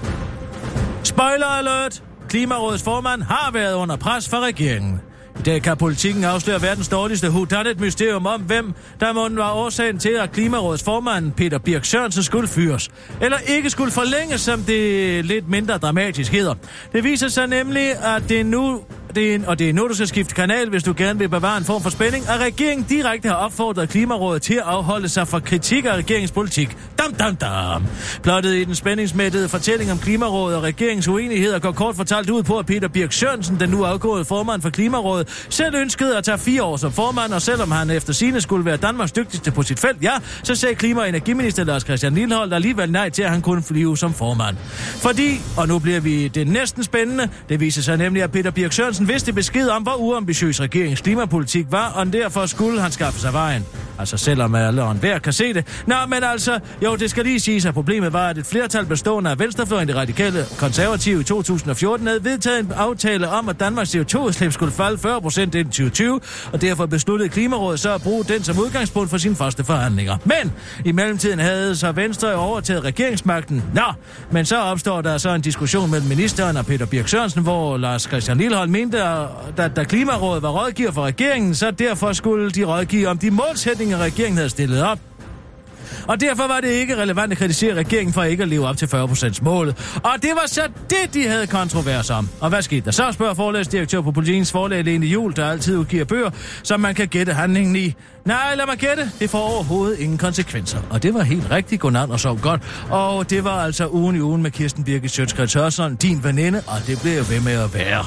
Spoiler alert! Klimarådets formand har været under pres fra regeringen. I dag kan Politikken afsløre verdens dårligste whodunit-mysterium om, hvem der må være årsagen til, at Klimarådets formand Peter Birch Sørensen skulle fyres. Eller ikke skulle forlænges, som det lidt mindre dramatisk hedder. Det viser sig nemlig, at det er nu, du skal skifte kanal, hvis du gerne vil bevare en form for spænding, at regeringen direkte har opfordret Klimarådet til at afholde sig fra kritik af regeringens politik. Dam. Plottet i den spændingsmættede fortælling om Klimarådet og regeringens uenigheder går kort fortalt ud på, at Peter Birch Sørensen, den nu afgåede formand for Klimarådet, selv ønskede at tage 4 år som formand, og selvom han efter sigende skulle være Danmarks dygtigste på sit felt, ja, så sagde klima- og energiminister Lars Christian Lilleholt alligevel nej til, at han kunne flyve som formand. Fordi, og nu bliver vi det næsten spændende, det viser sig nemlig, at Peter Birch Sørensen vidste besked om, hvor uambitiøs regeringens klimapolitik var, og derfor skulle han skaffe sig vejen. Altså selvom alle og enhver kan se det. Nå, men altså, jo, det skal lige siges, at problemet var, at et flertal bestående af venstrefløjen, det radikale konservative i 2014, havde vedtaget en aftale om, at Danmarks CO2-udslip skulle falde 40% inden 2020, og derfor besluttede Klimarådet så at bruge den som udgangspunkt for sine første forhandlinger. Men i mellemtiden havde så Venstre overtaget regeringsmagten. Nå, men så opstår der så en diskussion mellem ministeren og Peter Birch Sørensen, hvor Lars Christian Lilleholt mente, da Klimarådet var rådgiver for regeringen, så derfor skulle de rådgive om de målsætninger, regeringen havde stillet op. Og derfor var det ikke relevant at kritisere regeringen for ikke at leve op til 40%-målet. Og det var så det, de havde kontrovers om. Og hvad skete der så, spørger forlægsdirektør på Politikens Forlag Lene Juhl, der altid udgiver bøger, som man kan gætte handlingen i. Nej, lad mig gætte. Det får overhovedet ingen konsekvenser. Og det var helt rigtigt. Godnat og sov godt. Og det var altså ugen i ugen med Kirsten Birgit Schiøtz-Kretz Hørsholm, din veninde, og det blev ved med at være.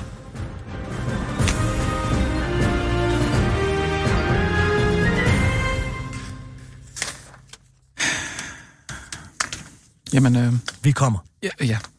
Jamen, vi kommer. Ja.